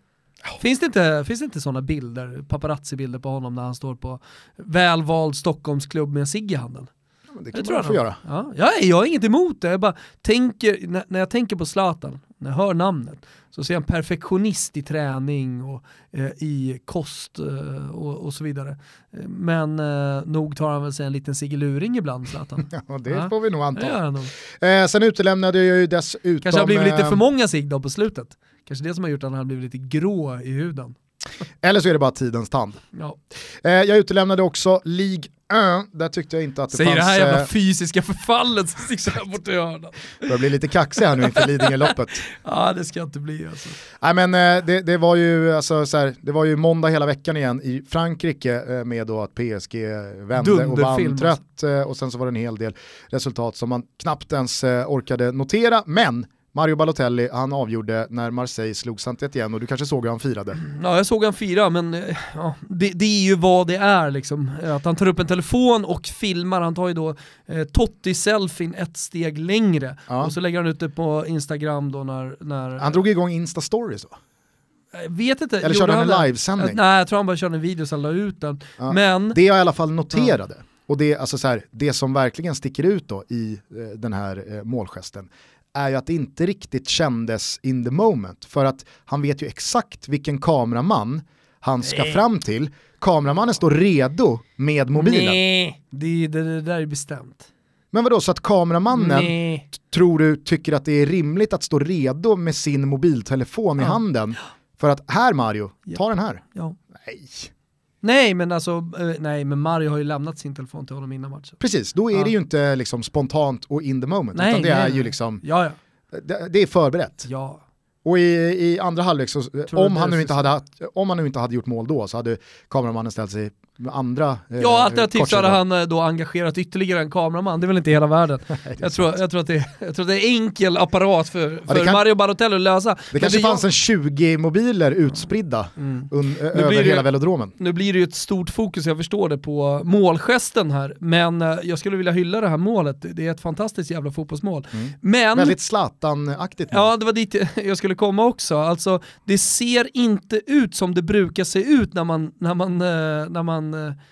Finns det inte, finns det inte sådana bilder, paparazzi-bilder på honom när han står på välvald Stockholmsklubb med en cigg i handen? Det kan man få göra. Ja, jag, jag har inget emot det. Jag bara tänker, när, när jag tänker på Zlatan, när jag hör namnet, så ser jag en perfektionist i träning och eh, i kost eh, och, och så vidare. Men eh, nog tar han väl sig en liten sigiluring ibland, Zlatan. Ja, det ja. får vi nog anta. Det gör han nog. Eh, sen utelämnade jag ju dessutom... Kanske har blivit lite för många cigg då på slutet. Kanske det som har gjort att han har blivit lite grå i huden. Eller så är det bara tidens tand. Ja. Eh, jag utelämnade också Ligue ett. Där tyckte jag inte att det Säger fanns... Säger det här jävla eh, fysiska förfallet som sitter här borta i hörnan. Börjar bli lite kaxig här nu inför Lidingö-loppet. Ja, det ska inte bli alltså. Nej, men eh, det, det var ju alltså, så här, det var ju måndag hela veckan igen i Frankrike eh, med då att P S G vände och vann trött. Eh, och sen så var det en hel del resultat som man knappt ens eh, orkade notera. Men Mario Balotelli, han avgjorde när Marseille slog Saint-Étienne och du kanske såg hur han firade. Ja, jag såg han fira, men ja, det, det är ju vad det är liksom. Att han tar upp en telefon och filmar, han tar ju då eh, Totti-selfien ett steg längre. Ja. Och så lägger han ut det på Instagram då när... när han drog igång Insta-stories då? Jag vet inte. Eller körde han en livesändning? Nej, jag tror han bara körde en video och la ut den. Ja. Men... Det jag i alla fall noterade, ja. och det, alltså så här, det som verkligen sticker ut då i eh, den här eh, målgesten, är ju att det inte riktigt kändes in the moment. För att han vet ju exakt vilken kameraman han ska Nej. fram till. Kameramannen står redo med mobilen. Nej, det, det, det där är bestämt. Men vadå, så att kameramannen t- tror du tycker att det är rimligt att stå redo med sin mobiltelefon ja. i handen? För att här Mario, ta ja. den här. Ja. Nej. Nej, men alltså, nej, men Mario har ju lämnat sin telefon till honom innan matchen. Precis, då är ja. det ju inte liksom spontant och in the moment, nej, utan det nej, är nej. ju liksom, ja, ja. Det, det är förberett. Ja. Och i, i andra halvlek så, om han, nu inte hade, om han nu inte hade gjort mål då, så hade kameramannen ställt sig med andra eh, Ja, alternativt så hade han då engagerat ytterligare en kameraman. Det är väl inte hela världen. Nej, jag, tror, jag, tror att det, jag tror att det är enkel apparat för, ja, för kan, Mario Balotelli att lösa. Det Men kanske det fanns jag... en tjugo mobiler utspridda mm. un, ö, över det, hela velodromen. Nu blir det ju ett stort fokus, jag förstår det, på målgesten här. Men eh, jag skulle vilja hylla det här målet. Det är ett fantastiskt jävla fotbollsmål. Mm. Men, väldigt Zlatan-aktigt. Ja, det var dit jag skulle komma också. Alltså, det ser inte ut som det brukar se ut när man, när man, när man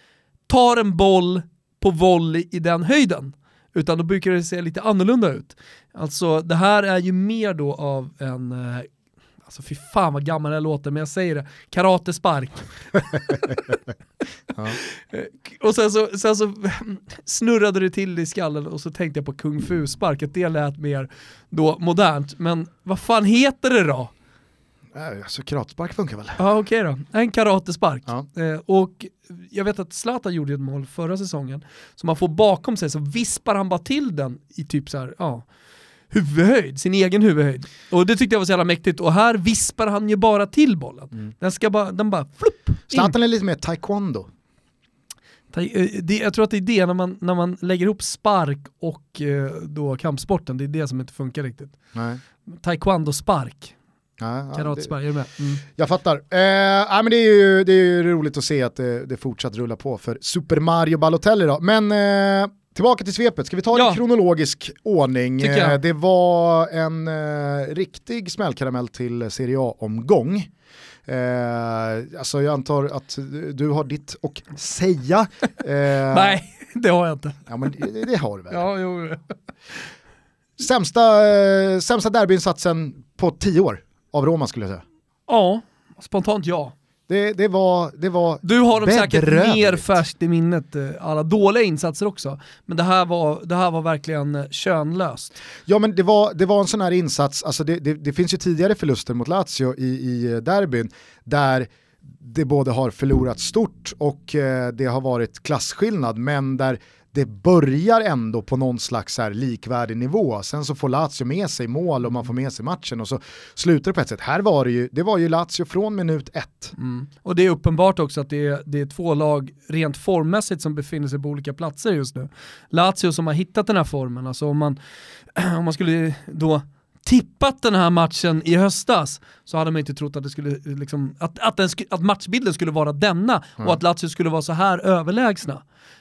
tar en boll på volley i den höjden, utan då brukar det se lite annorlunda ut. Alltså det här är ju mer då av en, alltså fy fan vad gammal jag låter, men jag säger det, karatespark. Ja. Och sen så, sen så snurrade det till i skallen och så tänkte jag på kung fu-spark, att det lät mer då modernt, men vad fan heter det då? Så karatespark funkar väl? Ja, okej okay då. En karatespark. Ja. Eh, och jag vet att Zlatan gjorde ett mål förra säsongen som man får bakom sig, så vispar han bara till den i typ så här, ja, huvudhöjd, sin egen huvudhöjd. Och det tyckte jag var så jävla mäktigt. Och här vispar han ju bara till bollen. Mm. Den ska bara, den bara flupp. Zlatan är lite mer taekwondo. Det, jag tror att det är det, när man, när man lägger ihop spark och eh, då kampsporten, det är det som inte funkar riktigt. Nej. Taekwondo-spark. Ja, ja, Karatespark, är du med? Mm. Jag fattar. Eh, men det, är ju, det är ju roligt att se att det, det fortsatt rullar på för Super Mario Balotelli då. Men eh, tillbaka till svepet. Ska vi ta det ja. i kronologisk ordning? Eh, det var en eh, riktig smällkaramell till Serie A-omgång. Eh, alltså jag antar att du har ditt och säga. Eh, Nej, det har jag inte. Ja, men det, det har du väl. Ja, jo. Sämsta, eh, sämsta derbyinsatsen på tio år av Roma skulle jag säga. Ja, spontant ja. Det, det var, det var Du har dem säkert bedrövligt. mer färskt i minnet, alla dåliga insatser också. Men det här var, det här var verkligen könlöst. Ja, men det var, det var en sån här insats, alltså det, det, det finns ju tidigare förluster mot Lazio i, i derbyn där det både har förlorat stort och eh, det har varit klasskillnad, men där det börjar ändå på någon slags här likvärdig nivå. Sen så får Lazio med sig mål och man får med sig matchen och så slutar det på ett sätt. Här var det ju, det var ju Lazio från minut ett. Mm. Och det är uppenbart också att det är, det är två lag rent formmässigt som befinner sig på olika platser just nu. Lazio som har hittat den här formen, alltså om man, om man skulle då tippat den här matchen i höstas så hade man inte trott att det skulle liksom, att, att, den, att matchbilden skulle vara denna mm. och att Lazio skulle vara så här överlägsna.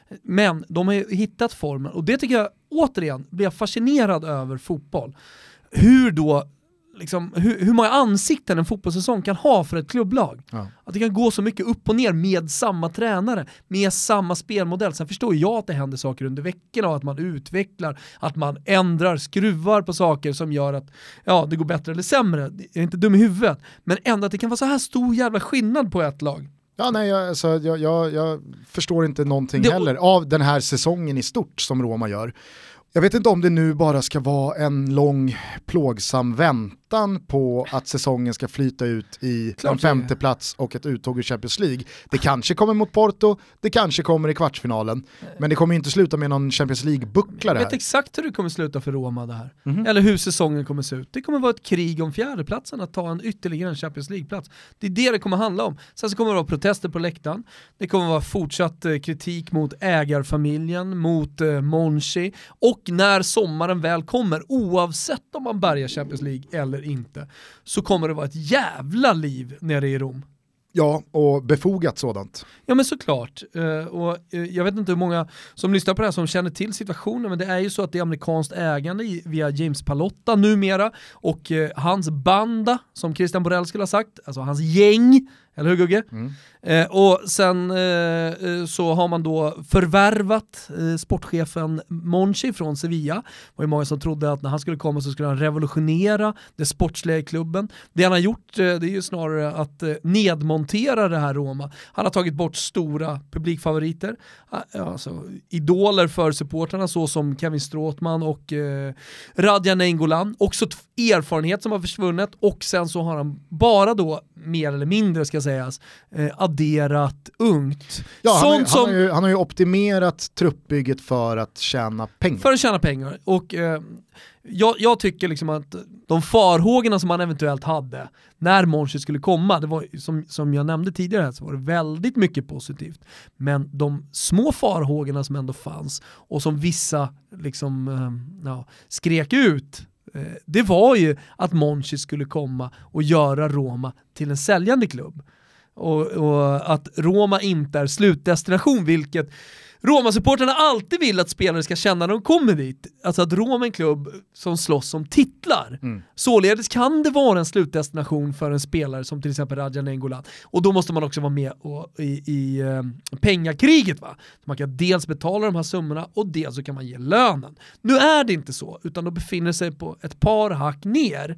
Men de har ju hittat formen och det tycker jag återigen blir jag fascinerad över fotboll. Hur då liksom, hur, hur många ansikten en fotbollssäsong kan ha för ett klubblag. Ja. Att det kan gå så mycket upp och ner med samma tränare, med samma spelmodell. Sen förstår jag att det händer saker under veckorna och att man utvecklar, att man ändrar, skruvar på saker som gör att ja, det går bättre eller sämre. Jag är inte dum i huvudet. Men ändå att det kan vara så här stor jävla skillnad på ett lag. Ja, nej, jag, alltså, jag, jag, jag förstår inte någonting det, heller av den här säsongen i stort som Roma gör. Jag vet inte om det nu bara ska vara en lång plågsam väntan på att säsongen ska flyta ut i Klart en femte plats och ett uttåg ur Champions League. Det kanske kommer mot Porto, det kanske kommer i kvartsfinalen, men det kommer inte sluta med någon Champions League-buckla det här. Jag vet exakt hur det kommer sluta för Roma det här. Mm-hmm. Eller hur säsongen kommer se ut. Det kommer vara ett krig om fjärdeplatsen att ta en ytterligare en Champions League-plats. Det är det det kommer handla om. Sen så kommer det vara protester på läktaren. Det kommer vara fortsatt eh, kritik mot ägarfamiljen, mot eh, Monchi, och när sommaren väl kommer, oavsett om man bärgar Champions League eller inte, så kommer det vara ett jävla liv nere i Rom. Ja, och befogat sådant. Ja, men såklart. Uh, och uh, jag vet inte hur många som lyssnar på det här som känner till situationen, men det är ju så att det är amerikanskt ägande i, via James Palotta numera, och uh, hans banda, som Christian Borrell skulle ha sagt, alltså hans gäng, eller hur Gugge? Mm. Eh, och sen eh, så har man då förvärvat eh, sportchefen Monchi från Sevilla. Det var ju många som trodde att när han skulle komma så skulle han revolutionera det sportsliga i klubben. Det han har gjort eh, det är ju snarare att eh, nedmontera det här Roma. Han har tagit bort stora publikfavoriter, alltså idoler för supporterna, så som Kevin Strootman och eh, Radja Nainggolan. Också t- erfarenhet som har försvunnit, och sen så har han bara då mer eller mindre ska sägas eh, adderat ungt. Ja, han, har, Sånt som, han, har ju, han har ju optimerat truppbygget för att tjäna pengar. För att tjäna pengar. Och eh, jag, jag tycker liksom att de farhågorna som man eventuellt hade när Monchi skulle komma, det var som, som jag nämnde tidigare, så var det väldigt mycket positivt. Men de små farhågorna som ändå fanns och som vissa liksom eh, ja, skrek ut, det var ju att Monchi skulle komma och göra Roma till en säljande klubb. Och, och att Roma inte är slutdestination, vilket Roma-supporterna alltid vill att spelare ska känna när de kommer dit. Alltså att Roma är en klubb som slåss om titlar. Mm. Således kan det vara en slutdestination för en spelare som till exempel Radja Nainggolan. Och då måste man också vara med och, i, i eh, pengakriget. Va? Man kan dels betala de här summorna och dels så kan man ge lönen. Nu är det inte så, utan de befinner sig på ett par hack ner.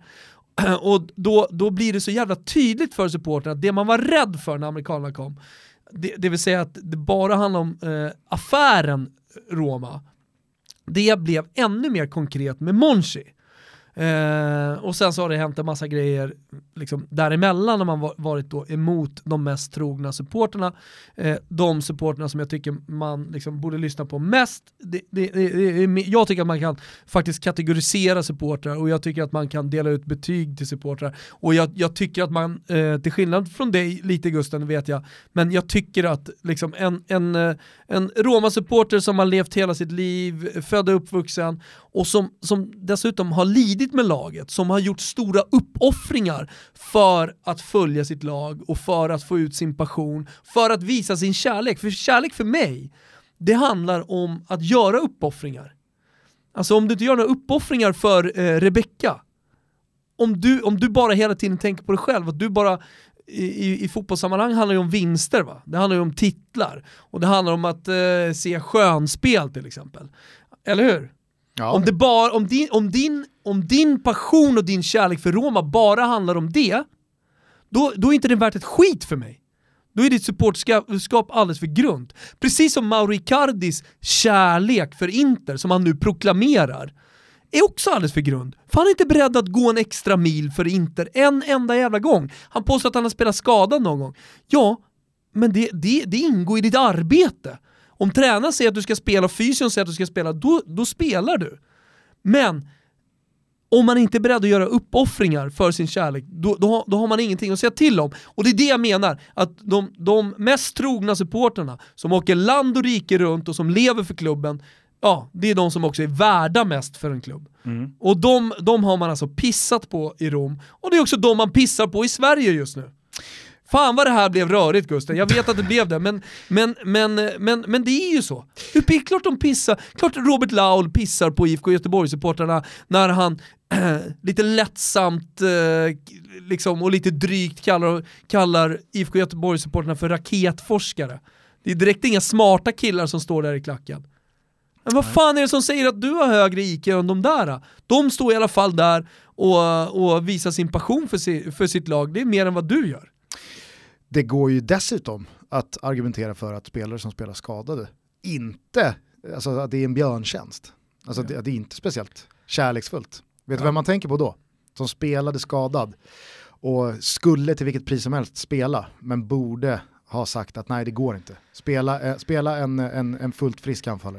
Och då, då blir det så jävla tydligt för supporterna att det man var rädd för när amerikanerna kom, det, det vill säga att det bara handlar om eh, affären Roma, det blev ännu mer konkret med Monchi. Eh, och sen så har det hänt en massa grejer liksom däremellan när man var, varit då emot de mest trogna supporterna. Eh, de supporterna som jag tycker man liksom borde lyssna på mest. Det, det, det, det, jag tycker att man kan faktiskt kategorisera supportrar, och jag tycker att man kan dela ut betyg till supportrar. Och jag, jag tycker att man, eh, till skillnad från dig lite Gusten, vet jag, men jag tycker att liksom en, en, en Roma-supporter som har levt hela sitt liv, född och uppvuxen, och som, som dessutom har lidit med laget, som har gjort stora uppoffringar för att följa sitt lag och för att få ut sin passion, för att visa sin kärlek. För kärlek för mig, det handlar om att göra uppoffringar. Alltså om du inte gör några uppoffringar för eh, Rebecca, om du, om du bara hela tiden tänker på dig själv, att du bara i, i, i fotbollssammanhang handlar det om vinster, va? Det handlar ju om titlar. Och det handlar om att eh, se skönspel till exempel. Eller hur? Ja. Om, det bara, om, din, om, din, om din passion och din kärlek för Roma bara handlar om det, då, då är inte det värt ett skit för mig. Då är ditt supportskap alldeles för grunt. Precis som Mauro Icardis kärlek för Inter, som han nu proklamerar, är också alldeles för grund. För han är inte beredd att gå en extra mil för Inter en enda jävla gång. Han påstår att han har spelat skadad någon gång. Ja, men det, det, det ingår i ditt arbete. Om tränaren säger att du ska spela och fysion säger att du ska spela, då, då spelar du. Men om man inte är beredd att göra uppoffringar för sin kärlek, då, då, då har man ingenting att säga till om. Och det är det jag menar, att de, de mest trogna supporterna som åker land och rike runt och som lever för klubben, ja, det är de som också är värda mest för en klubb. Mm. Och de, de har man alltså pissat på i Rom. Och det är också de man pissar på i Sverige just nu. Fan vad det här blev rörigt, Gusten. Jag vet att det blev det, men, men, men, men, men det är ju så. Hur, klart de pissar. Klart Robert Laul pissar på I F K Göteborg-supporterna när han äh, lite lättsamt äh, liksom, och lite drygt kallar, kallar I F K Göteborg-supporterna för raketforskare. Det är direkt inga smarta killar som står där i klacken. Men vad fan är det som säger att du har högre I Q än de där? De står i alla fall där och, och visar sin passion för, si, för sitt lag. Det är mer än vad du gör. Det går ju dessutom att argumentera för att spelare som spelar skadade inte, alltså att det är en björntjänst. Alltså ja. det, det är inte speciellt kärleksfullt. Vet du ja. vem man tänker på då? Som spelade skadad och skulle till vilket pris som helst spela, men borde ha sagt att nej, det går inte. Spela, eh, spela en, en, en fullt frisk anfallare.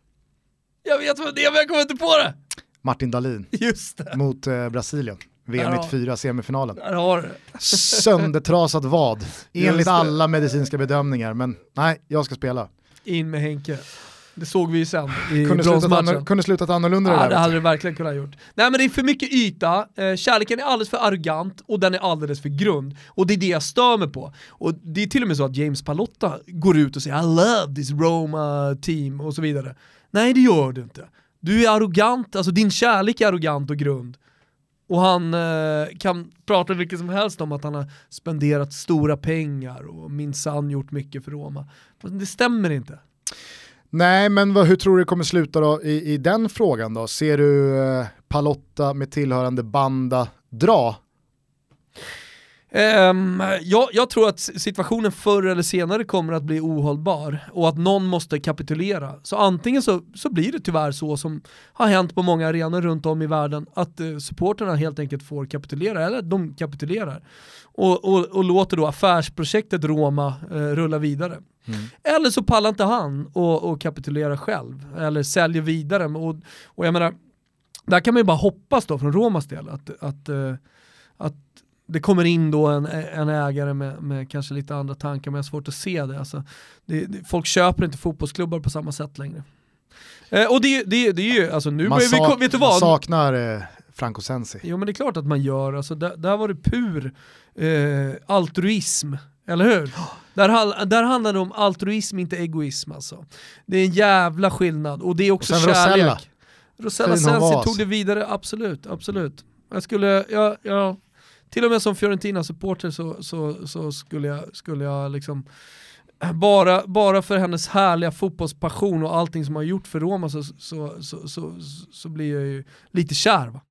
Jag vet vad det är, men jag kommer inte på det. Martin Dahlin. Just det. Mot eh, Brasilien. V M nittiofyra, semifinalen. Där har du. Söndertrasat vad. Enligt alla medicinska bedömningar. Men nej, jag ska spela. In med Henke. Det såg vi ju sen i kunde slutat, anno- kunde slutat annorlunda. Ja, det, där, det hade det verkligen kunnat gjort. Nej, men det är för mycket yta. Eh, kärleken är alldeles för arrogant och den är alldeles för grund. Och det är det jag stör mig på. Och det är till och med så att James Palotta går ut och säger I love this Roma team och så vidare. Nej, det gör du inte. Du är arrogant, alltså din kärlek är arrogant och grund. Och han eh, kan prata vilket som helst om att han har spenderat stora pengar och minsann gjort mycket för Roma. Men det stämmer inte. Nej, men vad, hur tror du det kommer sluta då i, i den frågan då? Ser du eh, Palotta med tillhörande banda dra? Um, jag, jag tror att situationen förr eller senare kommer att bli ohållbar och att någon måste kapitulera. Så antingen så, så blir det tyvärr så som har hänt på många arenor runt om i världen, att uh, supporterna helt enkelt får kapitulera, eller de kapitulerar och, och, och låter då affärsprojektet Roma uh, rulla vidare. Mm. Eller så pallar inte han och, och kapitulera själv eller säljer vidare. Och, och jag menar, där kan man ju bara hoppas då från Romas del att, att, uh, att det kommer in då en, en ägare med, med kanske lite andra tankar, men jag har svårt att se det. Alltså, det, det folk köper inte fotbollsklubbar på samma sätt längre. Eh, och det, det, det är ju, alltså nu man, börjar vi, vet du vad? Man saknar eh, Franco Sensi. Jo, men det är klart att man gör. Alltså, där, där var det pur eh, altruism, eller hur? Där, där handlar det om altruism, inte egoism alltså. Det är en jävla skillnad, och det är också kärlek. Rosella, Rosella Sensi tog det vidare, absolut, absolut. Jag skulle, jag, jag till och med som Fiorentina-supporter så, så, så skulle jag, skulle jag liksom bara, bara för hennes härliga fotbollspassion och allting som har gjort för Roma så, så, så, så, så blir jag ju lite kär, va?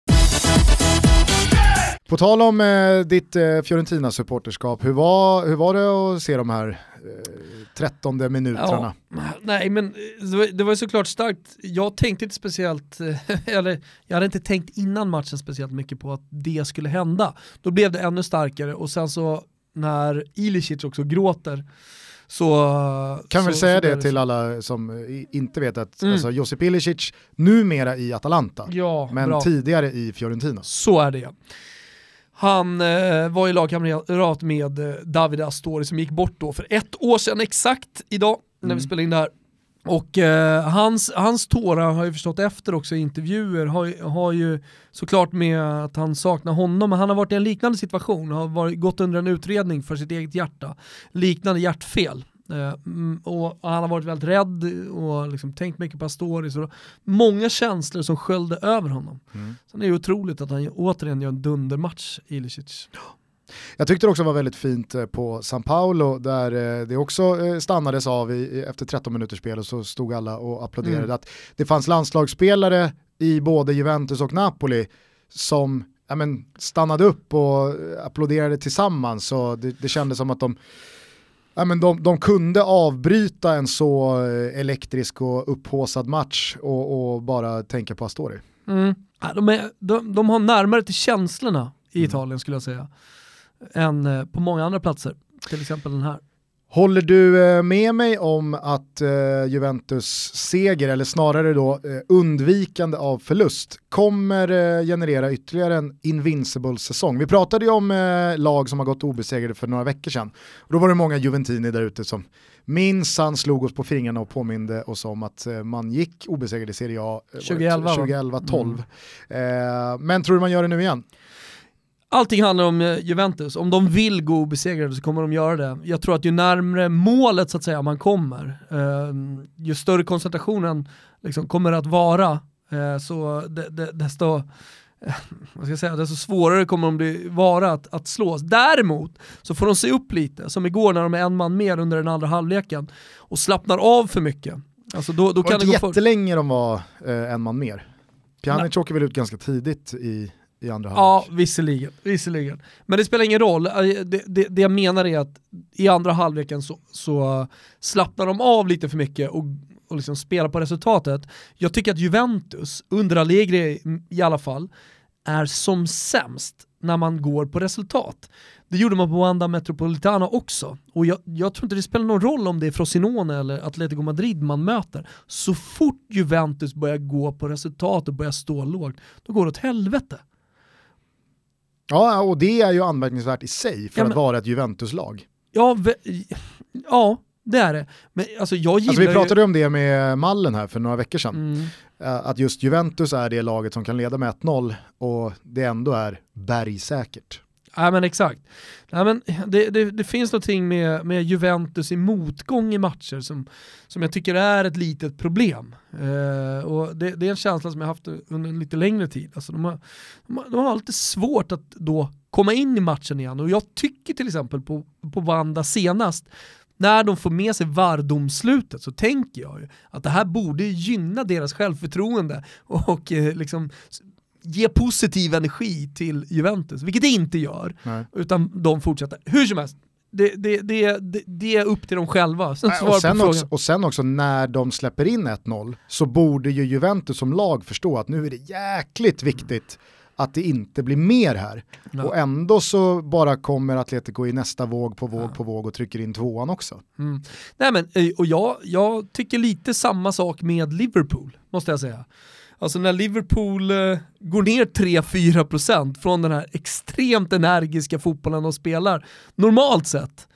På tal om eh, ditt eh, Fiorentina-supporterskap, hur var, hur var det att se de här eh, trettonde minuterna? Ja, nej, men det var, det var såklart starkt. Jag tänkte inte speciellt, eller jag hade inte tänkt innan matchen speciellt mycket på att det skulle hända. Då blev det ännu starkare, och sen så när Ilicic också gråter så... Kan så, väl säga så det till alla som inte vet att mm. alltså, Josip Ilicic numera i Atalanta, ja, men bra. Tidigare i Fiorentina. Så är det. Han eh, var i lagkamrat med eh, Davide Astori som gick bort då för ett år sedan exakt idag när mm. vi spelade in det här. Och eh, hans, hans tårar har ju förstått efter också i intervjuer har, har ju såklart med att han saknar honom, men han har varit i en liknande situation, har varit, gått under en utredning för sitt eget hjärta, liknande hjärtfel. Eh, och, och han har varit väldigt rädd och liksom tänkt mycket på Astori, så många känslor som sköljde över honom. Mm. Sen är det otroligt att han återigen gör en dundermatch, Ilicic. Jag tyckte det också var väldigt fint på São Paulo där det också stannades av i, efter tretton minuters spel och så stod alla och applåderade. Mm. Att det fanns landslagsspelare i både Juventus och Napoli som ja, men, stannade upp och applåderade tillsammans, så det, det kändes som att de Ja, men de, de kunde avbryta en så elektrisk och upphåsad match och, och bara tänka på Astori. Mm. Ja, de, är, de, de har närmare till känslorna i mm. Italien skulle jag säga än på många andra platser, till exempel den här. Håller du med mig om att uh, Juventus seger, eller snarare då uh, undvikande av förlust, kommer uh, generera ytterligare en invincible säsong? Vi pratade ju om uh, lag som har gått obesegrade för några veckor sedan. Och då var det många Juventini där ute som minsann slog oss på fingrarna och påminde oss om att uh, man gick obesegrade i Serie A uh, tjugoelva tolv. Mm. Uh, men tror du man gör det nu igen? Allting handlar om Juventus. Om de vill gå obesegrade så kommer de göra det. Jag tror att ju närmare målet så att säga man kommer, eh, ju större koncentrationen liksom kommer att vara, eh, så de, de, desto, eh, vad ska jag säga, desto svårare kommer de bli, vara att, att slås. Däremot så får de se upp lite, som igår när de är en man mer under den andra halvleken och slappnar av för mycket. Alltså då, då kan det gå jättelänge för... de var eh, en man mer. Pjanic åker väl ut ganska tidigt i i andra halvlek. Ja, visserligen, visserligen. Men det spelar ingen roll. Det, det, det jag menar är att i andra halvleken så, så slappnar de av lite för mycket och, och liksom spelar på resultatet. Jag tycker att Juventus, under Allegri i alla fall, är som sämst när man går på resultat. Det gjorde man på Wanda Metropolitano också. Och jag, jag tror inte det spelar någon roll om det är Frosinone eller Atletico Madrid man möter. Så fort Juventus börjar gå på resultat och börjar stå lågt, då går det åt helvete. Ja, och det är ju anmärkningsvärt i sig för ja, men, att vara ett Juventus-lag. Ja, ve- ja, det är det. Men alltså jag gillar alltså, vi pratade ju... om det med Mallen här för några veckor sedan. Mm. Att just Juventus är det laget som kan leda med ett noll och det ändå är bergsäkert. Ja, men exakt. Ja, men det, det, det finns någonting med, med Juventus i motgång i matcher som, som jag tycker är ett litet problem. Eh, och det, det är en känsla som jag haft under en lite längre tid. Alltså de, har, de, har, de har lite svårt att då komma in i matchen igen. Och jag tycker till exempel på, på Wanda senast, när de får med sig vardomslutet, så tänker jag ju att det här borde gynna deras självförtroende och, och eh, liksom ge positiv energi till Juventus, vilket det inte gör. Nej. Utan de fortsätter. Hur som helst, det, det, det, det, det är upp till dem själva. Sen Nej, och, sen också, och sen också när de släpper in ett noll så borde ju Juventus som lag förstå att nu är det jäkligt viktigt att det inte blir mer här. Ja. Och ändå så bara kommer Atletico i nästa våg på våg ja. på våg och trycker in tvåan också. Mm. Nej men, och jag, jag tycker lite samma sak med Liverpool, måste jag säga. Alltså när Liverpool eh, går ner tre till fyra procent från den här extremt energiska fotbollen de spelar, normalt sett,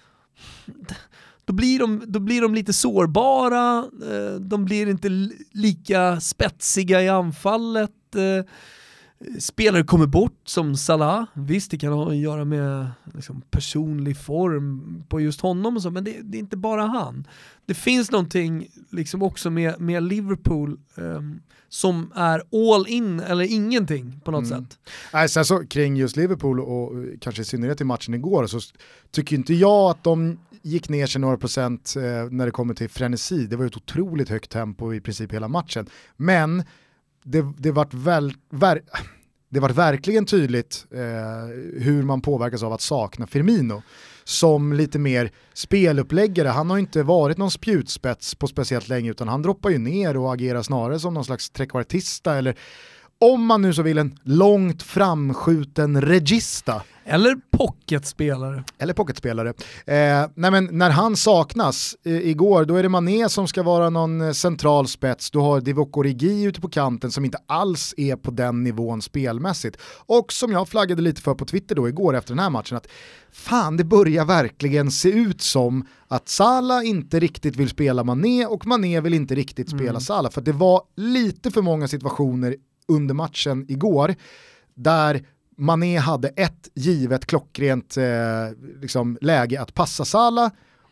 då blir de, då blir de lite sårbara, eh, de blir inte li- lika spetsiga i anfallet, eh, spelare kommer bort som Salah, visst det kan ha att göra med liksom, personlig form på just honom och så, men det, det är inte bara han. Det finns någonting liksom också med, med Liverpool um, som är all in eller ingenting på något mm. sätt. Nej, sen så kring just Liverpool och kanske i synnerhet i matchen igår så tycker inte jag att de gick ner sig några procent eh, när det kommer till frenesi. Det var ett otroligt högt tempo i princip hela matchen. Men det, det vart väl ver, det var verkligen tydligt eh, hur man påverkas av att sakna Firmino som lite mer speluppläggare. Han har inte varit någon spjutspets på speciellt länge, utan han droppar ju ner och agerar snarare som någon slags trekvartista, eller om man nu så vill en långt framskjuten regista. Eller pocketspelare. Eller pocketspelare. Eh, nej men när han saknas eh, igår, då är det Mané som ska vara någon central spets. Du har Divock Origi ute på kanten som inte alls är på den nivån spelmässigt. Och som jag flaggade lite för på Twitter då igår efter den här matchen, att fan, det börjar verkligen se ut som att Salah inte riktigt vill spela Mané och Mané vill inte riktigt spela mm. Salah. För det var lite för många situationer under matchen igår där Mané hade ett givet klockrent eh, liksom, läge att passa Salah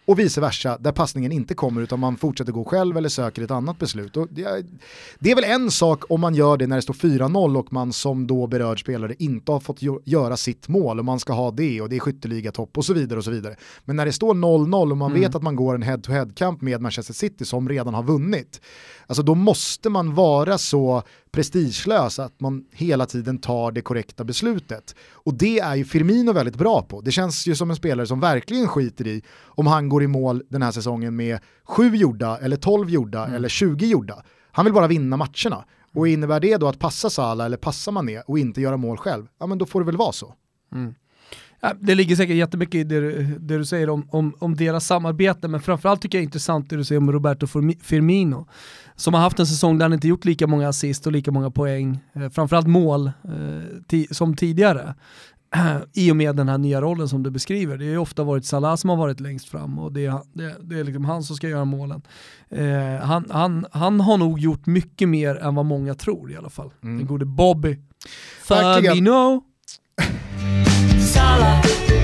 och vice versa, där passningen inte kommer utan man fortsätter gå själv eller söker ett annat beslut. Och det, är, det är väl en sak om man gör det när det står fyra noll och man som då berörd spelare inte har fått göra sitt mål och man ska ha det och det är skytteliga-topp och så vidare och så vidare. Men när det står noll noll och man mm. vet att man går en head-to-head-kamp med Manchester City som redan har vunnit, alltså då måste man vara så prestigelös att man hela tiden tar det korrekta beslutet. Och det är ju Firmino väldigt bra på. Det känns ju som en spelare som verkligen skiter i om han går i mål den här säsongen med sju gjorda eller tolv gjorda mm. eller tjugo gjorda. Han vill bara vinna matcherna. Och innebär det då att passa Salah eller passa Mané och inte göra mål själv, ja men då får det väl vara så. Mm. Ja, det ligger säkert jättemycket i det, det du säger om, om, om deras samarbete, men framförallt tycker jag det är intressant det du säger om Roberto Firmino som har haft en säsong där han inte gjort lika många assist och lika många poäng, eh, framförallt mål eh, ti- som tidigare eh, i och med den här nya rollen som du beskriver. Det har ju ofta varit Salah som har varit längst fram och det, det, det är liksom han som ska göra målen. Eh, han, han, han har nog gjort mycket mer än vad många tror i alla fall. Mm. Den gode Bobby Firmino. Salah.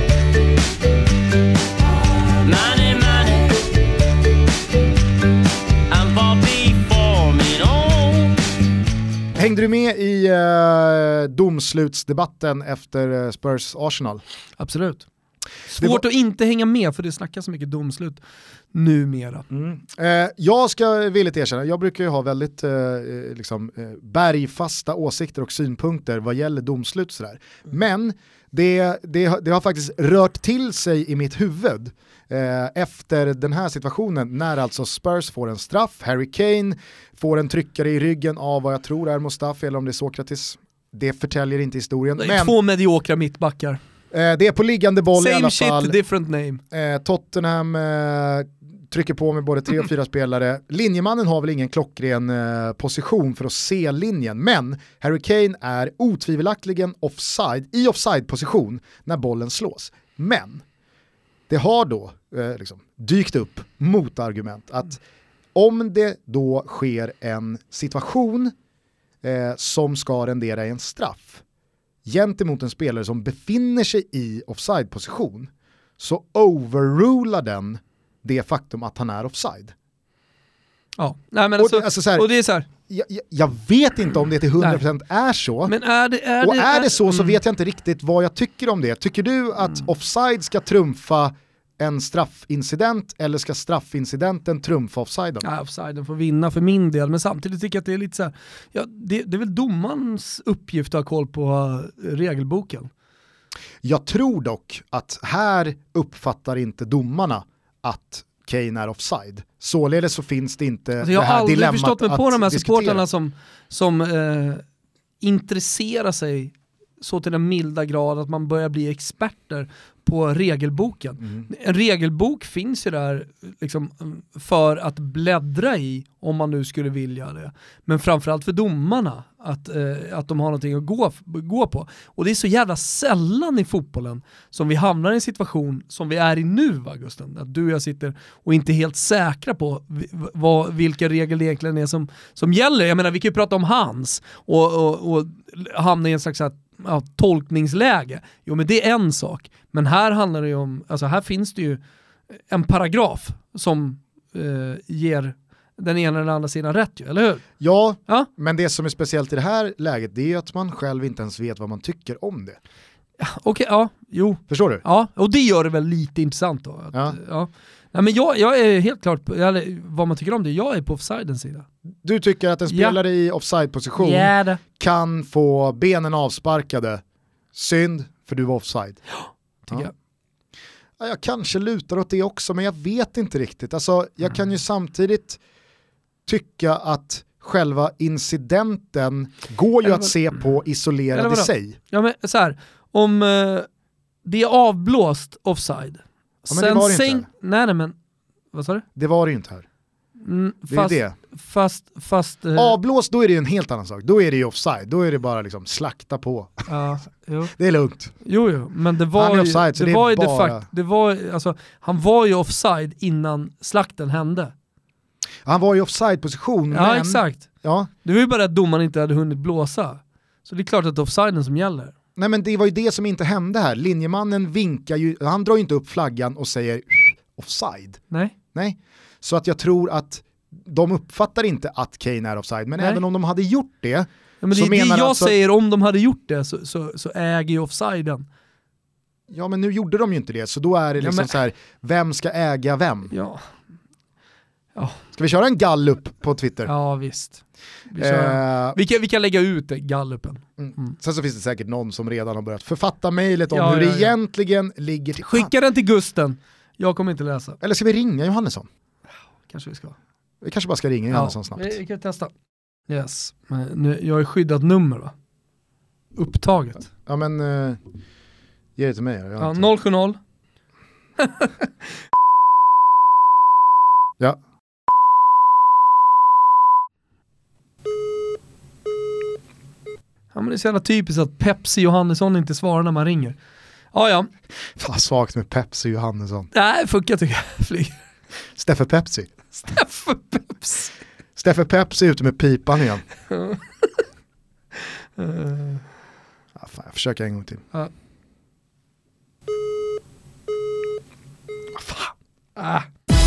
Money, money. I'm Bobby Firmino. Hängde du med i uh, domslutsdebatten efter uh, Spurs Arsenal? Absolut. Svårt var... att inte hänga med för det snackas så mycket domslut numera. Mm. Eh, jag ska villigt erkänna, jag brukar ju ha väldigt eh, liksom, eh, bergfasta åsikter och synpunkter vad gäller domslut sådär. Mm. Men det, det, det har faktiskt rört till sig i mitt huvud eh, efter den här situationen när alltså Spurs får en straff, Harry Kane får en tryckare i ryggen av vad jag tror är Mustafi eller om det är Sokratis. Det förtäljer inte historien. Det är men... två mediokra mittbackar. Eh, det är på liggande boll Same i alla shit, fall. different name. Eh, Tottenham eh, trycker på med både tre och fyra spelare. Linjemannen har väl ingen klockren eh, position för att se linjen, men Harry Kane är otvivelaktigen offside, i offside-position när bollen slås. Men det har då eh, liksom, dykt upp motargument att om det då sker en situation eh, som ska rendera i en straff gentemot en spelare som befinner sig i offside-position, så overrular den det faktum att han är offside. Ja, nej men alltså, och, alltså så här, och det är så här. Jag, jag vet inte om det till hundra procent nej. är så. Men är det, är och det, är är, det så så mm. vet jag inte riktigt vad jag tycker om det. Tycker du att mm. offside ska trumfa en straffincident eller ska straffincidenten trumfa offsiden? Ja, offsiden får vinna för min del, men samtidigt tycker jag att det är lite så här, ja, det, det är väl domarens uppgift att ha koll på regelboken. Jag tror dock att här uppfattar inte domarna att Kane är offside. Således så finns det inte alltså jag det här dilemmat. Jag har aldrig förstått mig på de här diskutera. supporterna som, som eh, intresserar sig så till den milda grad att man börjar bli experter på regelboken. Mm. En regelbok finns ju där liksom, för att bläddra i om man nu skulle vilja det. Men framförallt för domarna att, eh, att de har någonting att gå, gå på. Och det är så jävla sällan i fotbollen som vi hamnar i en situation som vi är i nu, va, Gusten? Att du och jag sitter och inte är helt säkra på vad, vilka regler det egentligen är som, som gäller. Jag menar, vi kan ju prata om hans och, och, och hamna i en slags ja, tolkningsläge. Jo, men det är en sak. Men här handlar det ju om, alltså här finns det ju en paragraf som eh, ger den ena eller andra sidan rätt ju, eller hur? Ja, ja, men det som är speciellt i det här läget det är ju att man själv inte ens vet vad man tycker om det. Ja, okej, okay, ja, jo. Förstår du? Ja, och det gör det väl lite intressant då. Att, ja. Ja. Nej, men jag, jag är helt klart, eller, vad man tycker om det, jag är på offsidens sida. Du tycker att en spelare ja. i offside-position yeah. kan få benen avsparkade. Synd, för du var offside. Ja, tycker ja. jag. Ja, jag kanske lutar åt det också, men jag vet inte riktigt. Alltså, jag kan ju samtidigt tycka att själva incidenten går ju eller, att se på isolerad i sig. Ja, men så här, om uh, det är avblåst offside. Ja, men det var det sen, inte här. Nej, nej, men vad sa du? Det var det ju inte här. Mm, det fast, är det. Fast, fast, uh, avblåst, då är det en helt annan sak. Då är det ju offside. Då är det bara liksom slakta på. Ja, jo. Det är lugnt. Jo, jo, men det var han är offside, ju, så det, det var är ju bara... de facto, det var alltså, han var ju offside innan slakten hände. Han var i offside-position. Ja, men... exakt. Ja. Det var ju bara att domaren inte hade hunnit blåsa. Så det är klart att det är offsiden som gäller. Nej, men det var ju det som inte hände här. Linjemannen vinkar ju, han drar ju inte upp flaggan och säger offside. Nej. Nej. Så att jag tror att de uppfattar inte att Kane är offside, men Nej. även om de hade gjort det, Ja, men det så är det menar jag alltså, säger, om de hade gjort det så, så, så äger ju offsiden. ja men nu gjorde de ju inte det, så då är det liksom ja, men, så här, vem ska äga vem? Ja. Ja. Ska vi köra en gallup på Twitter? Ja visst. Vi, kör, Eh, vi, kan, vi kan lägga ut det, gallupen. mm. Mm. Sen så finns det säkert någon som redan har börjat författa mejlet om Ja, hur ja, det ja. egentligen ligger till. Skicka den till Gusten. Jag kommer inte läsa. Eller ska vi ringa Johannesson? Kanske vi ska. Vi kanske bara ska ringa Johannesson snabbt. Vi, vi kan testa. Yes. Men nu, jag är skyddat nummer va? Upptaget. Ja men, uh, ge det till mig. Jag Ja, inte- noll sju noll. Ja. Ja men det är så jävla typiskt att Pepsi Johannesson inte svarar när man ringer. Ja ja. Fan, svagt med Pepsi Johannesson. Nej, funkar tycker jag. Flyg. Steffe Pepsi. Steffe Pepsi. Steffe Pepsi ute med pipan igen. uh. Ja, fan, jag försöker en gång till. Ja. Fan. Ah.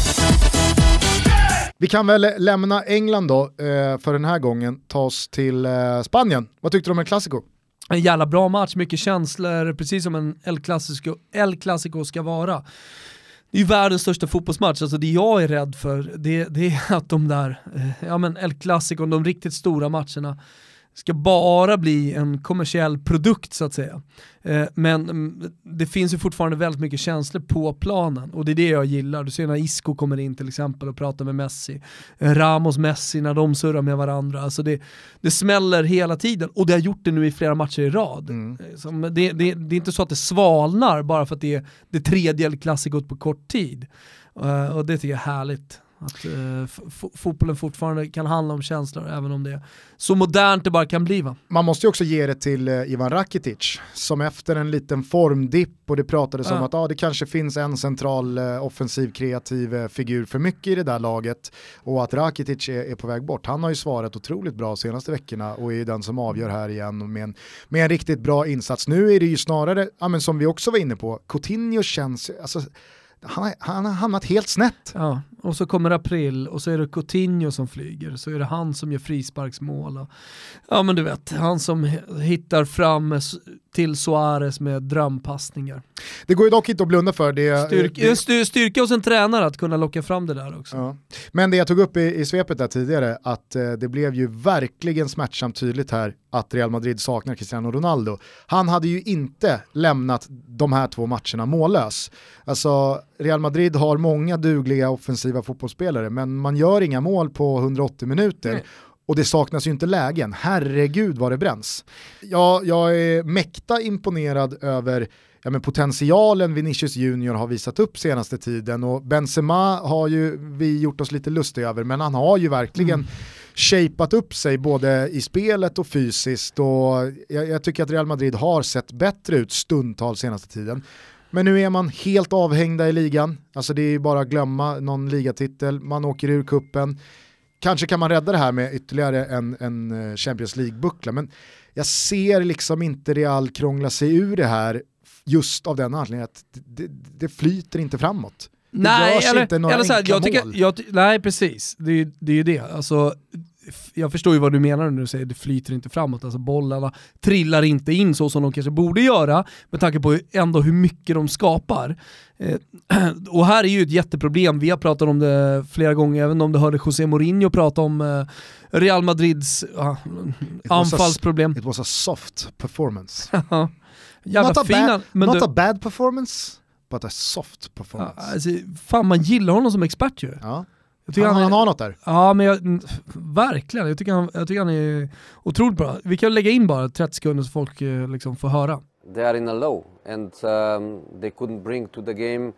Vi kan väl lämna England då eh, för den här gången, ta oss till eh, Spanien. Vad tyckte du om El Clasico? En jävla bra match, mycket känslor, precis som en El Clasico, El Clasico ska vara. Det är ju världens största fotbollsmatch, alltså det jag är rädd för det, det är att de där, eh, ja men El Clasico, de riktigt stora matcherna ska bara bli en kommersiell produkt så att säga. Eh, men mm, det finns ju fortfarande väldigt mycket känslor på planen och det är det jag gillar. Du ser när Isco kommer in till exempel och pratar med Messi. Eh, Ramos, Messi när de surrar med varandra. Alltså det, det smäller hela tiden och det har gjort det nu i flera matcher i rad. Mm. Eh, som, det, det, det är inte så att det svalnar bara för att det är det tredje El Clasicot på kort tid. Eh, och det tycker jag är härligt. Att uh, f- fotbollen fortfarande kan handla om känslor även om det är så modernt det bara kan bli va? Man måste ju också ge det till eh, Ivan Rakitic som efter en liten formdipp och det pratades Ja. om att ah, det kanske finns en central eh, offensiv kreativ eh, figur för mycket i det där laget och att Rakitic är, är på väg bort. Han har ju svarat otroligt bra de senaste veckorna och är den som avgör här igen med en, med en riktigt bra insats. Nu är det ju snarare, ja, men som vi också var inne på, Coutinho känns, alltså, han, han har hamnat helt snett. Ja, och så kommer april och så är det Coutinho som flyger, så är det han som gör frisparksmål och, ja men du vet, han som hittar fram s- till Suarez med drömpassningar. Det går ju dock inte att blunda för det. Styrk, det styr, styrka hos en tränare att kunna locka fram det där också. Ja. Men det jag tog upp i, i svepet där tidigare, att eh, det blev ju verkligen smärtsamt tydligt här att Real Madrid saknar Cristiano Ronaldo. Han hade ju inte lämnat de här två matcherna mållös. Alltså Real Madrid har många dugliga offensiva fotbollsspelare, men man gör inga mål på hundraåttio minuter. Nej. Och det saknas ju inte lägen. Herregud vad det bränns. Ja, jag är mäkta imponerad över ja, men potentialen Vinicius Junior har visat upp senaste tiden. Och Benzema har ju vi gjort oss lite lustiga över, men han har ju verkligen mm. shapat upp sig både i spelet och fysiskt. Och jag, jag tycker att Real Madrid har sett bättre ut stundtals senaste tiden. Men nu är man helt avhängda i ligan. Alltså det är ju bara att glömma någon ligatitel. Man åker ur kuppen. Kanske kan man rädda det här med ytterligare en, en Champions League-buckla, men jag ser liksom inte Real krångla sig ur det här just av den anledningen att det, det, det flyter inte framåt. Det Nej, görs eller, inte några eller så här, enkla jag tycker, mål. jag, ty- nej precis, det är, ju- det är ju det. Alltså, f- jag förstår ju vad du menar när du säger att det flyter inte framåt. Alltså bollarna trillar inte in så som de kanske borde göra med tanke på ändå hur mycket de skapar. Eh, och här är ju ett jätteproblem. Vi har pratat om det flera gånger, även om du hörde José Mourinho prata om eh, Real Madrids uh, anfallsproblem. It was a soft performance. Jävla not a, fina, bad, men not du, a bad performance, but a soft performance. ja, alltså, fan man gillar honom som expert ju. Ja. Jag tycker Han, han, han är, har något där. ja men jag, mm, verkligen, jag tycker, han, jag tycker han är otroligt bra. Vi kan lägga in bara trettio sekunder så folk eh, liksom får höra. They are in a low, and um, they couldn't bring to the game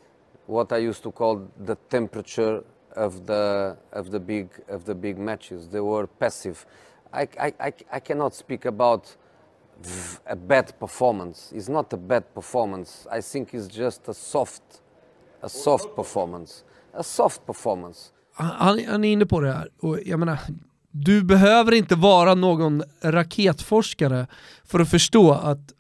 what I used to call the temperature of the of the big of the big matches. They were passive. I I I, I cannot speak about a bad performance. It's not a bad performance. I think it's just a soft a soft performance. A soft performance. Han, han är inne på det här och jag menar, du behöver inte vara någon raketforskare för att förstå att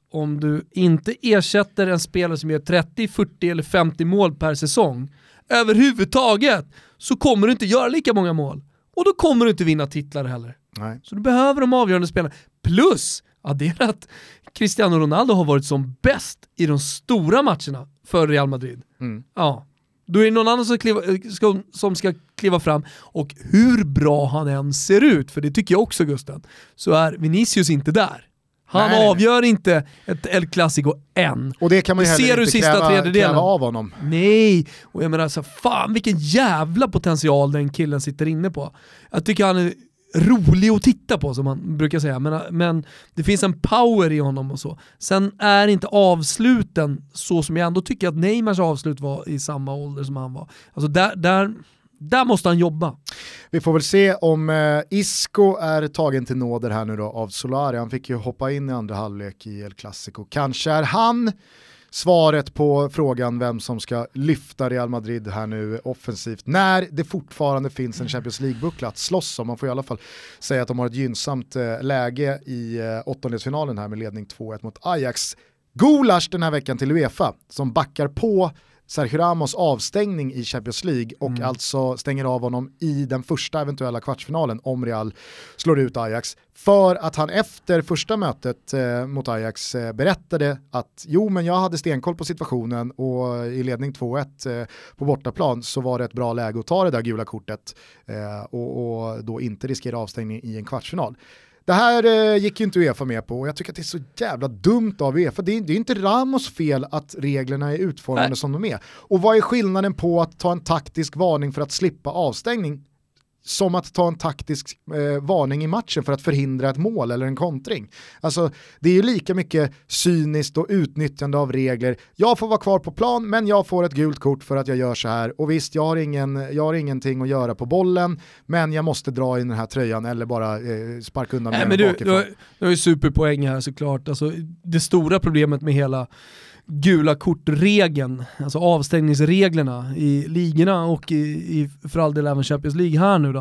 om du inte ersätter en spelare som gör trettio, fyrtio eller femtio mål per säsong överhuvudtaget, så kommer du inte göra lika många mål. Och då kommer du inte vinna titlar heller. Nej. Så du behöver de avgörande spelarna. Plus att Cristiano Ronaldo har varit som bäst i de stora matcherna för Real Madrid. Mm. Ja. Då är det någon annan som, kliva, ska, som ska kliva fram, och hur bra han än ser ut, för det tycker jag också, Gusten, så är Vinicius inte där. Han nej, avgör nej. inte ett El Clasico än. Och det kan man ju det heller inte kräva, kräva av honom. Nej, och jag menar så fan vilken jävla potential den killen sitter inne på. Jag tycker han är rolig att titta på, som man brukar säga, men, men det finns en power i honom och så. Sen är inte avsluten så som jag ändå tycker att Neymars avslut var i samma ålder som han var. Alltså där, där, där måste han jobba. Vi får väl se om eh, Isco är tagen till nåder här nu då av Solari. Han fick ju hoppa in i andra halvlek i El Clasico. Kanske är han svaret på frågan vem som ska lyfta Real Madrid här nu offensivt, när det fortfarande finns en Champions League-buckla att slåss om. Man får i alla fall säga att de har ett gynnsamt eh, läge i eh, åttondelsfinalen här med ledning två ett mot Ajax. Gulasch den här veckan till UEFA som backar på Sergio Ramos avstängning i Champions League och mm. alltså stänger av honom i den första eventuella kvartsfinalen om Real slår ut Ajax, för att han efter första mötet eh, mot Ajax eh, berättade att jo, men jag hade stenkoll på situationen och i ledning två ett eh, på bortaplan så var det ett bra läge att ta det där gula kortet eh, och, och då inte riskera avstängning i en kvartsfinal. Det här eh, gick ju inte UEFA med på, och jag tycker att det är så jävla dumt av UEFA. Det är, det är inte Ramos fel att reglerna är utformade Nej. som de är. Och vad är skillnaden på att ta en taktisk varning för att slippa avstängning som att ta en taktisk eh, varning i matchen för att förhindra ett mål eller en kontring? Alltså, det är ju lika mycket cyniskt och utnyttjande av regler. Jag får vara kvar på plan, men jag får ett gult kort för att jag gör så här. Och visst, jag har, ingen, jag har ingenting att göra på bollen, men jag måste dra in den här tröjan eller bara eh, sparka undan Nej, men du, du, har, du har ju superpoäng här såklart. Alltså, det stora problemet med hela gula kortregeln, alltså avstängningsreglerna i ligorna och i, i för all del även Champions League här nu då.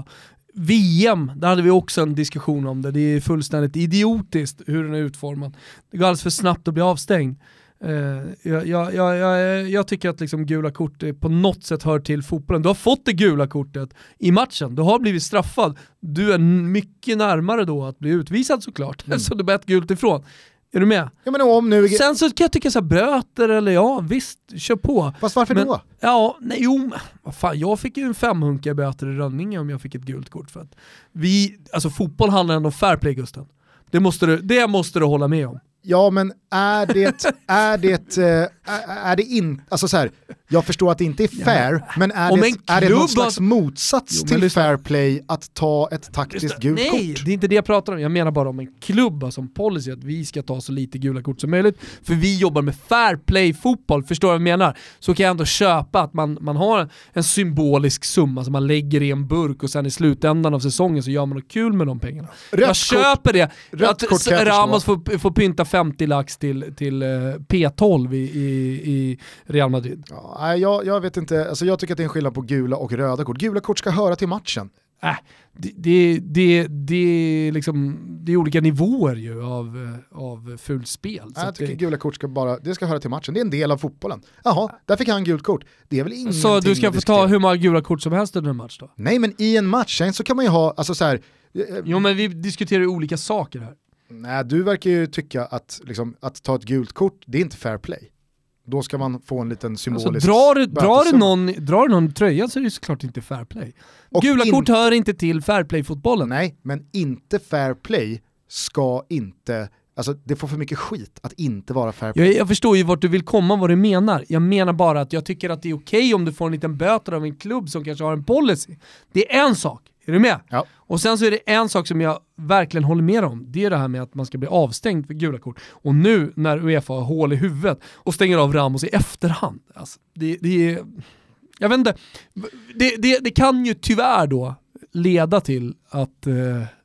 V M, där hade vi också en diskussion om det. Det är fullständigt idiotiskt hur den är utformad. Det går alldeles för snabbt att bli avstängd. Uh, jag, jag, jag, jag tycker att liksom gula kort på något sätt hör till fotbollen. Du har fått det gula kortet i matchen. Du har blivit straffad. Du är mycket närmare då att bli utvisad såklart. Mm. Så du bett gult ifrån. Är du med? Ja, men om nu... Sen så kan jag tycka så här, böter eller ja, visst, kör på. Fast varför men, då? Ja, nej, jo, vad fan, jag fick ju en femhunka böter i Rönninge om jag fick ett gult kort för att vi, alltså fotboll handlar ändå om fair play, Gusten. Det måste du, det måste du hålla med om. Ja, men är det är det är, är det inte, alltså så här, jag förstår att det inte är fair, ja, men är det är det någon slags motsats jo, till lyssna. fair play att ta ett taktiskt lyssna. gult Nej, kort? Nej, det är inte det jag pratar om. Jag menar bara om en klubb som policy att vi ska ta så lite gula kort som möjligt, för vi jobbar med fair play fotboll, förstår vad jag menar? Så kan jag ändå köpa att man, man har en symbolisk summa som man lägger i en burk och sen i slutändan av säsongen så gör man något kul med de pengarna. Rött jag kort, köper det. Att Ramos får, får pynta femtio lax till, till P tolv i, i, i Real Madrid. Ja, jag, jag vet inte, alltså jag tycker att det är en skillnad på gula och röda kort. Gula kort ska höra till matchen. Äh, det, det, det, det, liksom, det är olika nivåer ju av, av fult spel. Så jag tycker det, gula kort ska bara, det ska höra till matchen. Det är en del av fotbollen. Jaha, där fick han gult kort. Det är väl ingenting. Så du ska få ta hur många gula kort som helst under en match då? Nej, men i en match sen så kan man ju ha, alltså så här. Jo, men vi diskuterar ju olika saker här. Nej, du verkar ju tycka att, liksom, att ta ett gult kort, det är inte fair play. Då ska man få en liten symbolisk... Alltså, drar, du, drar, du någon, drar du någon tröja så är det såklart inte fair play. Och gula in... kort hör inte till fair play-fotbollen. Nej, men inte fair play ska inte... Alltså det får för mycket skit att inte vara fair play. Jag, jag förstår ju vart du vill komma, vad du menar. Jag menar bara att jag tycker att det är okej om du får en liten böter av en klubb som kanske har en policy. Det är en sak. Är du med? Ja. Och sen så är det en sak som jag verkligen håller med om. Det är det här med att man ska bli avstängd för gula kort. Och nu när UEFA har hål i huvudet och stänger av Ramos i efterhand. Alltså, det, det är... Jag vet inte. Det, det, det kan ju tyvärr då leda till att... Eh,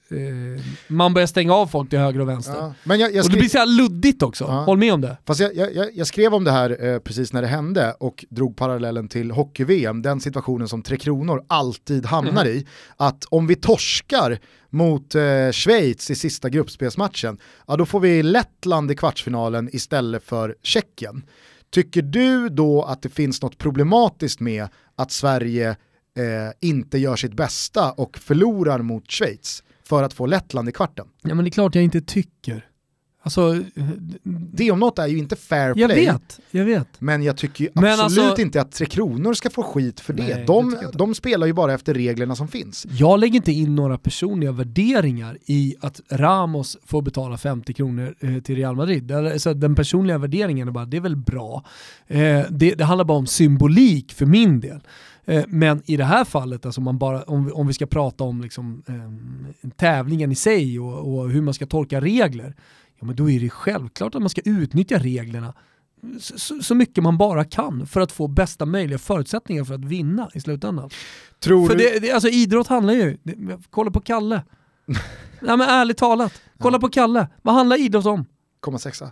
eh, man börjar stänga av folk till höger och vänster. Ja. Men jag, jag skri- och det blir så här luddigt också, ja. Håll med om det. Fast jag, jag, jag skrev om det här eh, precis när det hände och drog parallellen till hockey-V M, den situationen som Tre Kronor alltid hamnar mm. i, att om vi torskar mot eh, Schweiz i sista gruppspelsmatchen, ja då får vi Lettland i kvartsfinalen istället för Tjeckien. Tycker du då att det finns något problematiskt med att Sverige eh, inte gör sitt bästa och förlorar mot Schweiz för att få Lettland i kvarten? Ja, men det är klart jag inte tycker. Alltså, det om något är ju inte fair play. Jag vet, jag vet. Men jag tycker ju men absolut alltså, inte att Tre Kronor ska få skit för det. Nej, de, det de spelar ju bara efter reglerna som finns. Jag lägger inte in några personliga värderingar i att Ramos får betala femtio kronor eh, till Real Madrid. Alltså, den personliga värderingen är bara, det är väl bra. Eh, det, det handlar bara om symbolik för min del. Eh, men i det här fallet, alltså man bara, om, vi, om vi ska prata om liksom, eh, tävlingen i sig och, och hur man ska tolka regler, ja, men då är det självklart att man ska utnyttja reglerna så, så mycket man bara kan för att få bästa möjliga förutsättningar för att vinna i slutändan. Tror för du... det, det, alltså idrott handlar ju, det, kolla på Kalle. Nej, men ärligt talat, kolla ja. på Kalle. Vad handlar idrott om? Komma sexa.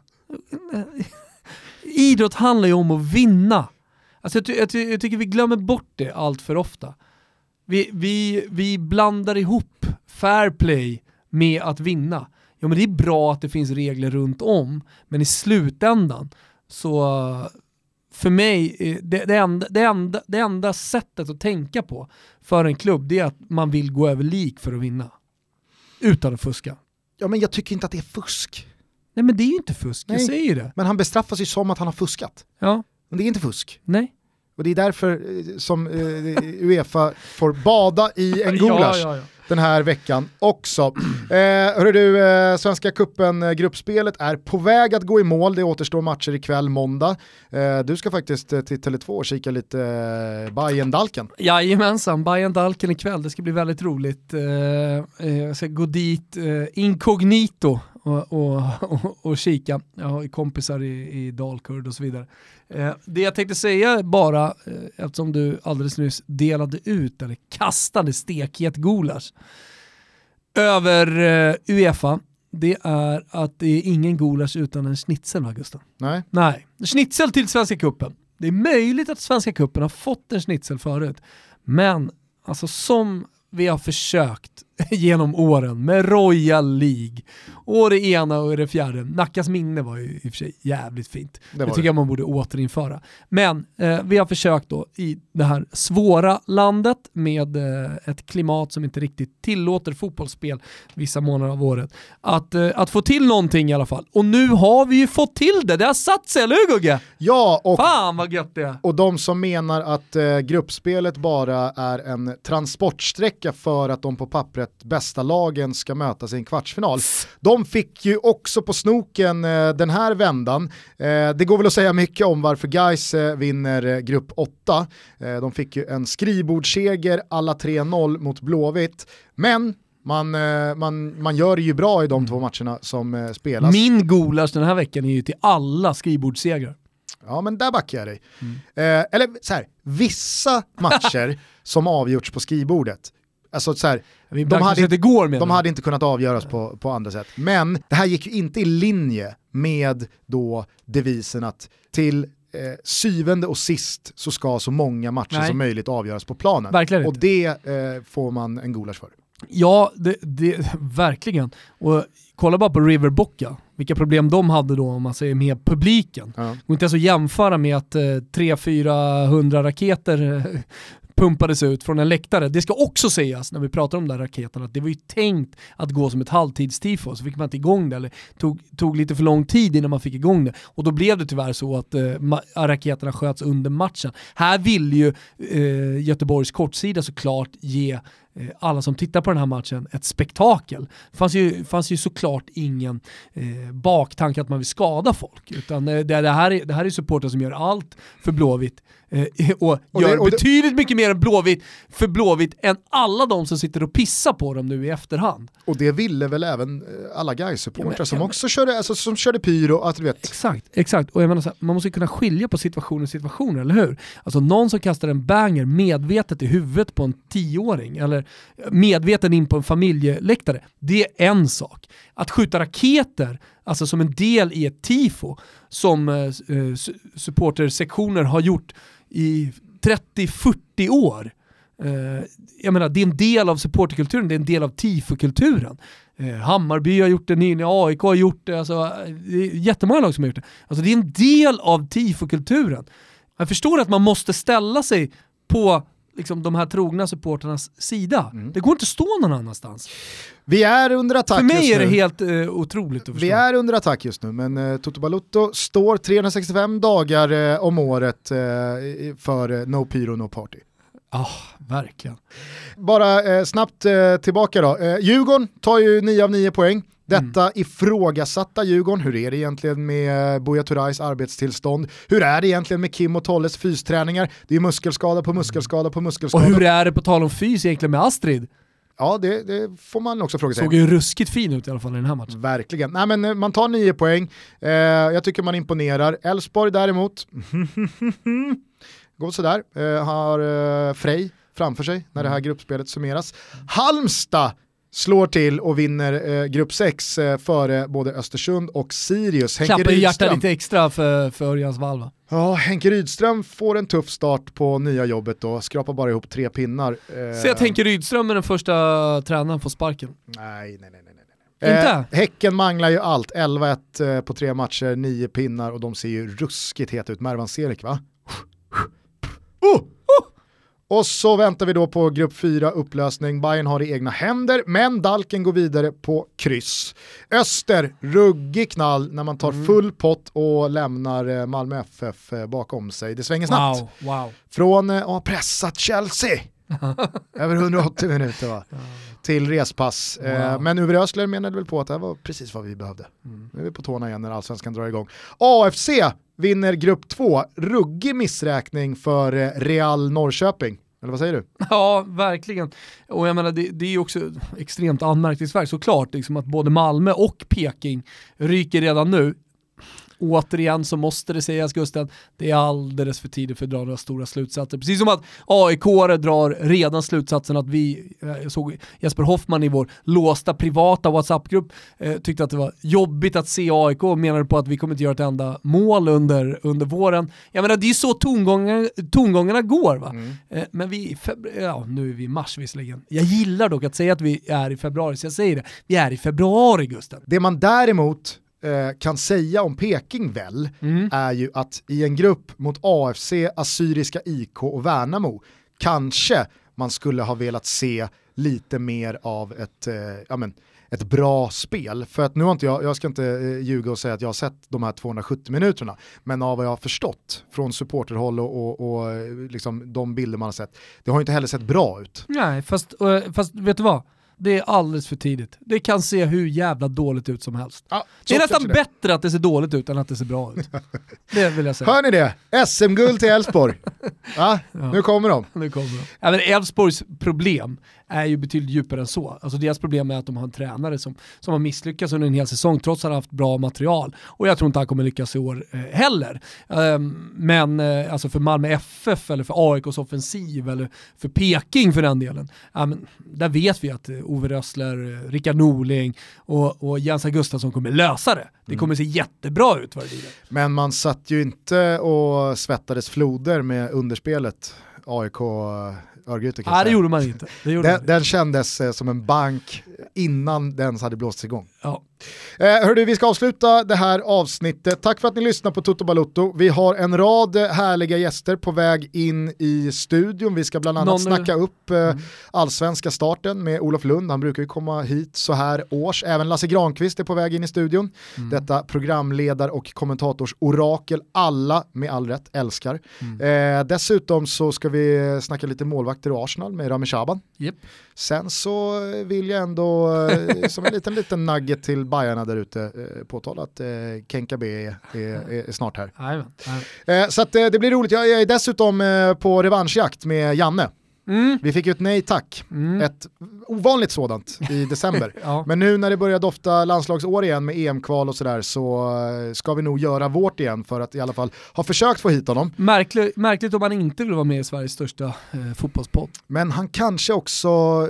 Idrott handlar ju om att vinna. Alltså jag, jag, jag tycker vi glömmer bort det allt för ofta. Vi, vi, vi blandar ihop fair play med att vinna. Ja, men det är bra att det finns regler runt om, men i slutändan så för mig det, det, enda, det, enda, det enda sättet att tänka på för en klubb, det är att man vill gå över lik för att vinna utan att fuska. Ja, men jag tycker inte att det är fusk. Nej, men det är ju inte fusk, Nej. Jag säger ju det. Men han bestraffas ju som att han har fuskat. Ja. Men det är inte fusk. Nej. Och det är därför som uh, UEFA får bada i en gulasch ja, ja, ja. den här veckan också. Eh, hörru du, eh, Svenska Cupen eh, gruppspelet är på väg att gå i mål. Det återstår matcher ikväll måndag. Eh, du ska faktiskt eh, till Tele två och kika lite eh, Bayern-Dalken. Jajamensan, Bayern-Dalken ikväll. Det ska bli väldigt roligt. Eh, eh, jag ska gå dit eh, inkognito och, och, och, och kika. Jag har kompisar i, i Dalkurd och så vidare. Eh, det jag tänkte säga bara, eh, eftersom du alldeles nyss delade ut eller kastade stekhet gulasch över eh, UEFA, det är att det är ingen gulasch utan en schnitzel, va, Gustav? Nej. Nej, schnitzel till Svenska Cupen. Det är möjligt att Svenska Cupen har fått en schnitzel förut, men alltså som vi har försökt genom åren med Royal League och det ena och det fjärde. Nackas minne var ju i och för sig jävligt fint. Det, det tycker det. jag man borde återinföra. Men eh, vi har försökt då i det här svåra landet med eh, ett klimat som inte riktigt tillåter fotbollsspel vissa månader av året. Att, eh, att få till någonting i alla fall. Och nu har vi ju fått till det. Det har satt sig, eller hur, Gugge? Ja, och, fan vad gött det är. Och de som menar att eh, gruppspelet bara är en transportsträcka för att de på pappret bästa lagen ska mötas i en kvartsfinal. De fick ju också på snoken eh, den här vändan. Eh, det går väl att säga mycket om varför Gais eh, vinner eh, grupp åtta. Eh, de fick ju en skrivbordsseger alla tre noll mot Blåvitt. Men man, eh, man, man gör det ju bra i de mm. två matcherna som eh, spelas. Min gulasch den här veckan är ju till alla skrivbordssegrar. Ja, men där backar jag dig. Mm. Eh, eller så här, vissa matcher som avgjorts på skrivbordet. Alltså så här, de, hade inte, går de hade inte kunnat avgöras på, på andra sätt. Men det här gick ju inte i linje med då devisen att till eh, syvende och sist så ska så många matcher Nej. som möjligt avgöras på planen. Verkligen och det eh, får man en gulasch för. Ja, det, det, verkligen. Och kolla bara på River Boca. Vilka problem de hade då om man säger med publiken. Ja. Och inte ens att jämföra med att eh, tre fyra hundra raketer eh, pumpades ut från en läktare. Det ska också sägas när vi pratar om de där raketerna att det var ju tänkt att gå som ett halvtidstifo, så fick man inte igång det eller tog, tog lite för lång tid innan man fick igång det. Och då blev det tyvärr så att eh, ma- raketerna sköts under matchen. Här vill ju eh, Göteborgs kortsida såklart ge alla som tittar på den här matchen ett spektakel. Det fanns ju, fanns ju såklart ingen eh, baktanke att man vill skada folk, utan eh, det, det, här är, det här är supportrar som gör allt för Blåvitt eh, och, och gör det, och betydligt det, mycket mer än Blåvitt för Blåvitt än alla de som sitter och pissar på dem nu i efterhand. Och det ville väl även alla Gais-supportrar ja, som ja, också körde, alltså, som körde pyro, att du vet. Exakt, exakt. Och jag menar så här, man måste kunna skilja på situationer situationer, eller hur? Alltså någon som kastar en banger medvetet i huvudet på en tioåring eller supporter medveten in på en familjeläktare, det är en sak. Att skjuta raketer, alltså som en del i ett tifo, som eh, supportersektioner har gjort i trettio fyrtio år. Eh, jag menar, det är en del av supporterkulturen, det är en del av tifokulturen. Eh, Hammarby har gjort det, nyligen A I K har gjort det, alltså, det är jättemånga lag som har gjort det. Alltså, det är en del av tifokulturen. Jag förstår att man måste ställa sig på liksom, de här trogna supporternas sida. Mm. Det går inte att stå någon annanstans. Vi är under attack just nu. För mig är det helt uh, otroligt att förstå. Vi är under attack just nu, men uh, Toto Balotto står trehundrasextiofem dagar uh, om året uh, för uh, No Pyro No Party. Ja, oh, verkligen. Bara eh, snabbt eh, tillbaka då. Eh, Djurgården tar ju nio av nio poäng. Detta mm. ifrågasatta Djurgården. Hur är det egentligen med Buya Turais arbetstillstånd? Hur är det egentligen med Kim och Tolles fysträningar? Det är muskelskada på muskelskada på muskelskada. Och hur är det på tal om fys egentligen med Astrid? Ja, det, det får man också fråga sig. Såg ju ruskigt fin ut i alla fall i den här matchen. Verkligen. Nej, men man tar nio poäng. Eh, jag tycker man imponerar. Elfsborg däremot går sådär. Eh, har eh, Frej framför sig när det här gruppspelet summeras. Halmstad slår till och vinner eh, grupp sex eh, före både Östersund och Sirius. Henke Klappar i hjärtat Rydström. lite extra för, för Örjans Valva. Ja, Henke Rydström får en tuff start på nya jobbet då. Skrapar bara ihop tre pinnar. Eh, Så jag tänker Rydström är den första tränaren på sparken. Nej, nej, nej, nej. nej. Inte? Eh, häcken manglar ju allt. elva ett eh, på tre matcher, nio pinnar och de ser ju ruskigt het ut. Mervan Serik, va? Oh! Oh! Och så väntar vi då på grupp fyra upplösning. Bayern har i egna händer, men Dalken går vidare på kryss. Öster, ruggig knall när man tar mm. full pott och lämnar Malmö F F bakom sig. Det svänger snabbt. Wow, wow. Från att ha pressat Chelsea över hundraåttio minuter va? Till respass. Wow. Eh, men Uwe Rösler menade väl på att det var precis vad vi behövde. Mm. Nu är vi på tårna igen när Allsvenskan drar igång. A F C vinner grupp två. Ruggig missräkning för Real Norrköping. Eller vad säger du? Ja, verkligen. Och jag menar, det, det är ju också extremt anmärkningsvärt såklart liksom, att både Malmö och Peking ryker redan nu. Återigen så måste det sägas, Gusten, det är alldeles för tidigt för att dra några stora slutsatser. Precis som att A I K drar redan slutsatsen att vi, jag såg Jesper Hoffman i vår låsta privata WhatsApp-grupp, eh, tyckte att det var jobbigt att se A I K och menade på att vi kommer inte göra ett enda mål under, under våren. Jag menar, det är så tongångarna, tongångarna går va? Mm. Eh, men vi, febru- ja, nu är vi i mars visserligen. Jag gillar dock att säga att vi är i februari, så jag säger det. Vi är i februari, Gusten. Det man däremot kan säga om Peking väl mm. är ju att i en grupp mot A F C, Assyriska I K och Värnamo kanske man skulle ha velat se lite mer av ett, eh, ja men, ett bra spel. För att nu har inte jag, jag ska inte eh, ljuga och säga att jag har sett de här tvåhundrasjuttio minuterna, men av vad jag har förstått från supporterhåll och, och, och liksom de bilder man har sett, det har inte heller sett bra ut. Nej, fast, fast vet du vad? Det är alldeles för tidigt. Det kan se hur jävla dåligt ut som helst. Ja, det är nästan bättre att det ser dåligt ut än att det ser bra ut. Det vill jag säga. Hör ni det? S M-guld till Elfsborg. Ja, ja. Nu kommer de. Nu kommer de. Ja, men Elfsborgs problem är ju betydligt djupare än så. Alltså deras problem är att de har en tränare som, som har misslyckats under en hel säsong trots att han har haft bra material. Och jag tror inte han kommer lyckas i år eh, heller. Um, men eh, alltså för Malmö F F eller för A I K:s offensiv eller för Peking för den delen. Ja, men där vet vi att eh, Ove Rössler, Rickard Norling och, och Jens Gustafsson kommer lösa det. Det kommer se jättebra ut vad det blir. Men man satt ju inte och svettades floder med underspelet A I K Örgryte. Nej, det gjorde man inte. Det gjorde den, man. den kändes eh, som en bank innan den hade blåst igång. Ja. Eh, hörde, vi ska avsluta det här avsnittet. Tack för att ni lyssnar på Toto Balotto. Vi har en rad härliga gäster på väg in i studion. Vi ska bland annat Någon snacka nu. upp eh, mm. allsvenska starten med Olof Lund. Han brukar ju komma hit så här års. Även Lasse Granqvist är på väg in i studion. Mm. Detta programledar- och kommentators orakel. Alla med all rätt älskar. Mm. Eh, dessutom så ska vi snacka lite målvakter och Arsenal med Rami Shaban. Yep. Sen så vill jag ändå som en liten, liten nugget till Bajarna där ute eh, påtala att eh, Kenka B är, är, är snart här. Amen, amen. Eh, så att, eh, det blir roligt. Jag är dessutom eh, på revanschjakt med Janne. Mm. Vi fick ju ett nej tack. Mm. Ett ovanligt sådant i december. Ja. Men nu när det börjar dofta landslagsår igen med E M-kval och sådär så ska vi nog göra vårt igen för att i alla fall ha försökt få hit honom. Märklig, märkligt om han inte vill vara med i Sveriges största eh, fotbollspodd. Men han kanske också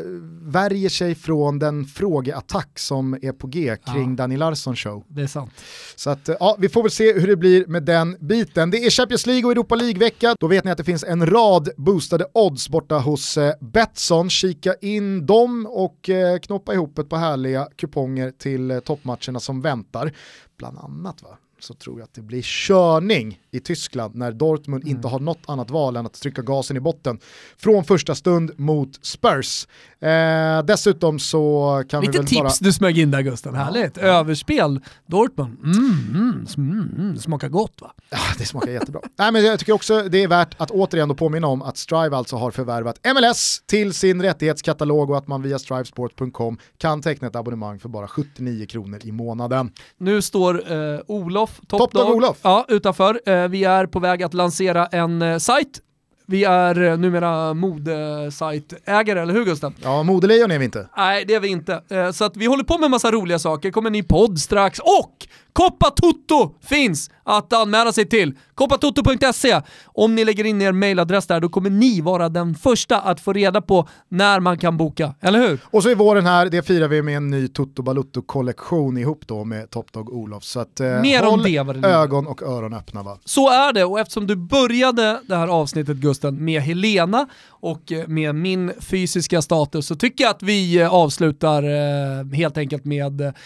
värjer sig från den frågeattack som är på G kring Ja. Daniel Larsson show. Det är sant. Så att, ja, vi får väl se hur det blir med den biten. Det är Champions League och Europa League-vecka. Då vet ni att det finns en rad boostade odds borta hos eh, Betsson. Kika in dem och eh, knoppa ihop ett par härliga kuponger till eh, toppmatcherna som väntar. Bland annat va? Så tror jag att det blir körning i Tyskland när Dortmund mm. inte har något annat val än att trycka gasen i botten från första stund mot Spurs. Eh, dessutom så kan Lite vi väl tips bara... du smög in där Gusten, härligt. Överspel, Dortmund, mm, mm, mm, smakar gott va? Ja, det smakar jättebra. Nej, men jag tycker också det är värt att återigen då påminna om att Strive alltså har förvärvat M L S till sin rättighetskatalog och att man via strivesport punkt com kan teckna ett abonnemang för bara sjuttionio kronor i månaden. Nu står eh, Olof, Top, Top Dog Dog, Olof. Ja, utanför. Eh, vi är på väg att lansera en eh, sajt. Vi är eh, numera modesajtägare, eller hur Gustav? Ja, modelejon är vi inte. Nej, det är vi inte. Eh, så att vi håller på med massa roliga saker. Kommer en ny podd strax. Och Koppa Toto finns att anmäla sig till. koppatoto punkt se. Om ni lägger in er mailadress där, då kommer ni vara den första att få reda på när man kan boka. Eller hur? Och så är våren här, det firar vi med en ny Toto Balutto-kollektion ihop då med Top Dog Olof. Så att eh, Mer om håll det, vad det ögon och öron öppna va? Så är det, och eftersom du började det här avsnittet Gusten med Helena och med min fysiska status så tycker jag att vi avslutar eh, helt enkelt med eh,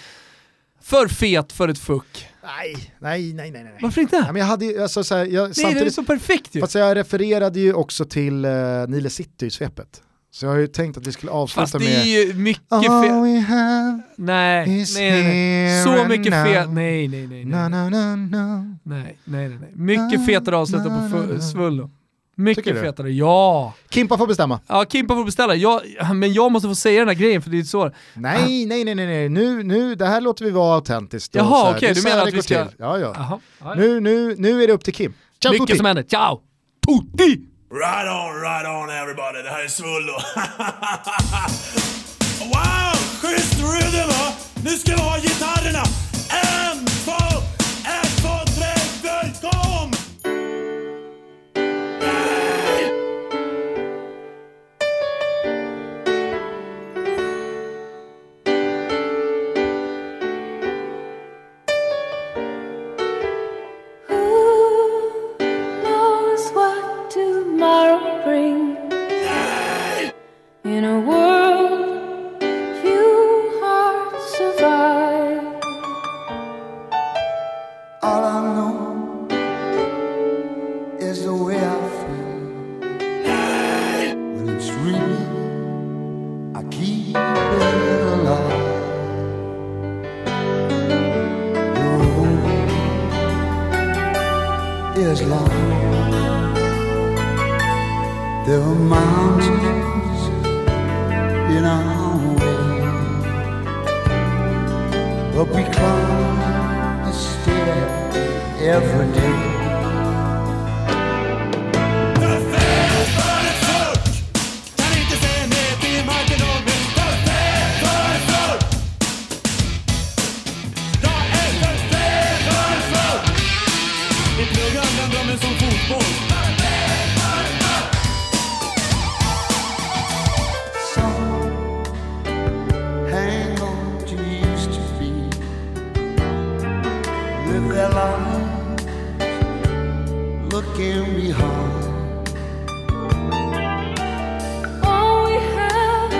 för fet för ett fuck. Nej, nej, nej, nej. nej. Varför inte? Ja, men jag hade alltså, så här, jag, Nej, samtidigt, det är så perfekt ju. fast jag refererade ju också till uh, Nile City i svepet. Så jag har ju tänkt att vi skulle avsluta Fast det med... är ju mycket All fet. we have Nej, is nej, nej, nej. here Så and mycket now. fet. Nej, nej, nej. No, Nej, no, no, no. nej, nej, nej. Mycket fetare avsluta på fu- Svullo. Tycker Mycket du? fetare, ja. Kimpa får bestämma. Ja, Kimpa får beställa. Jag, men jag måste få säga den här grejen för det är så. Nej, nej, nej, nej, nej. Nu, nu, det här låter vi vara autentiskt. och Jaha, så här. okej, Det är du så här menar det att vi går ska- till. Ja, ja. Jaha. Ja, ja. Nu, nu, nu är det upp till Kim. Ciao, Mycket Tutti. som händer. Ciao! Tutti! Right on, right on everybody, det här är Svullo. Wow, schysst rhythm va? Nu ska vi ha gitarrerna. En, två, ett, två, tre, fyra, kom! Tomorrow brings in a world few hearts survive. All I know is the way I feel when it's real. I keep it alive. The road is long. There are mountains in our way, but we climb a stair every day. Looking behind. All we have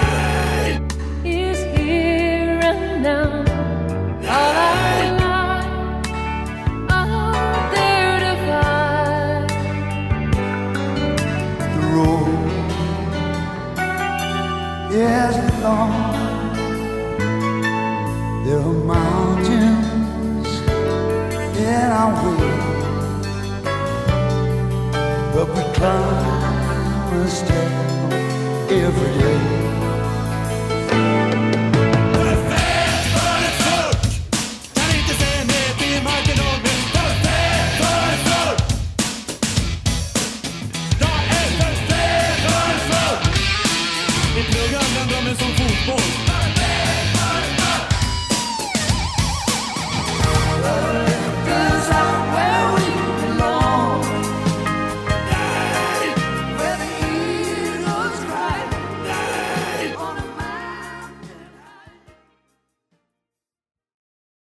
is here and now. All our lives are there to find. The road is long. There are mountains in our way, but we climb a step every day.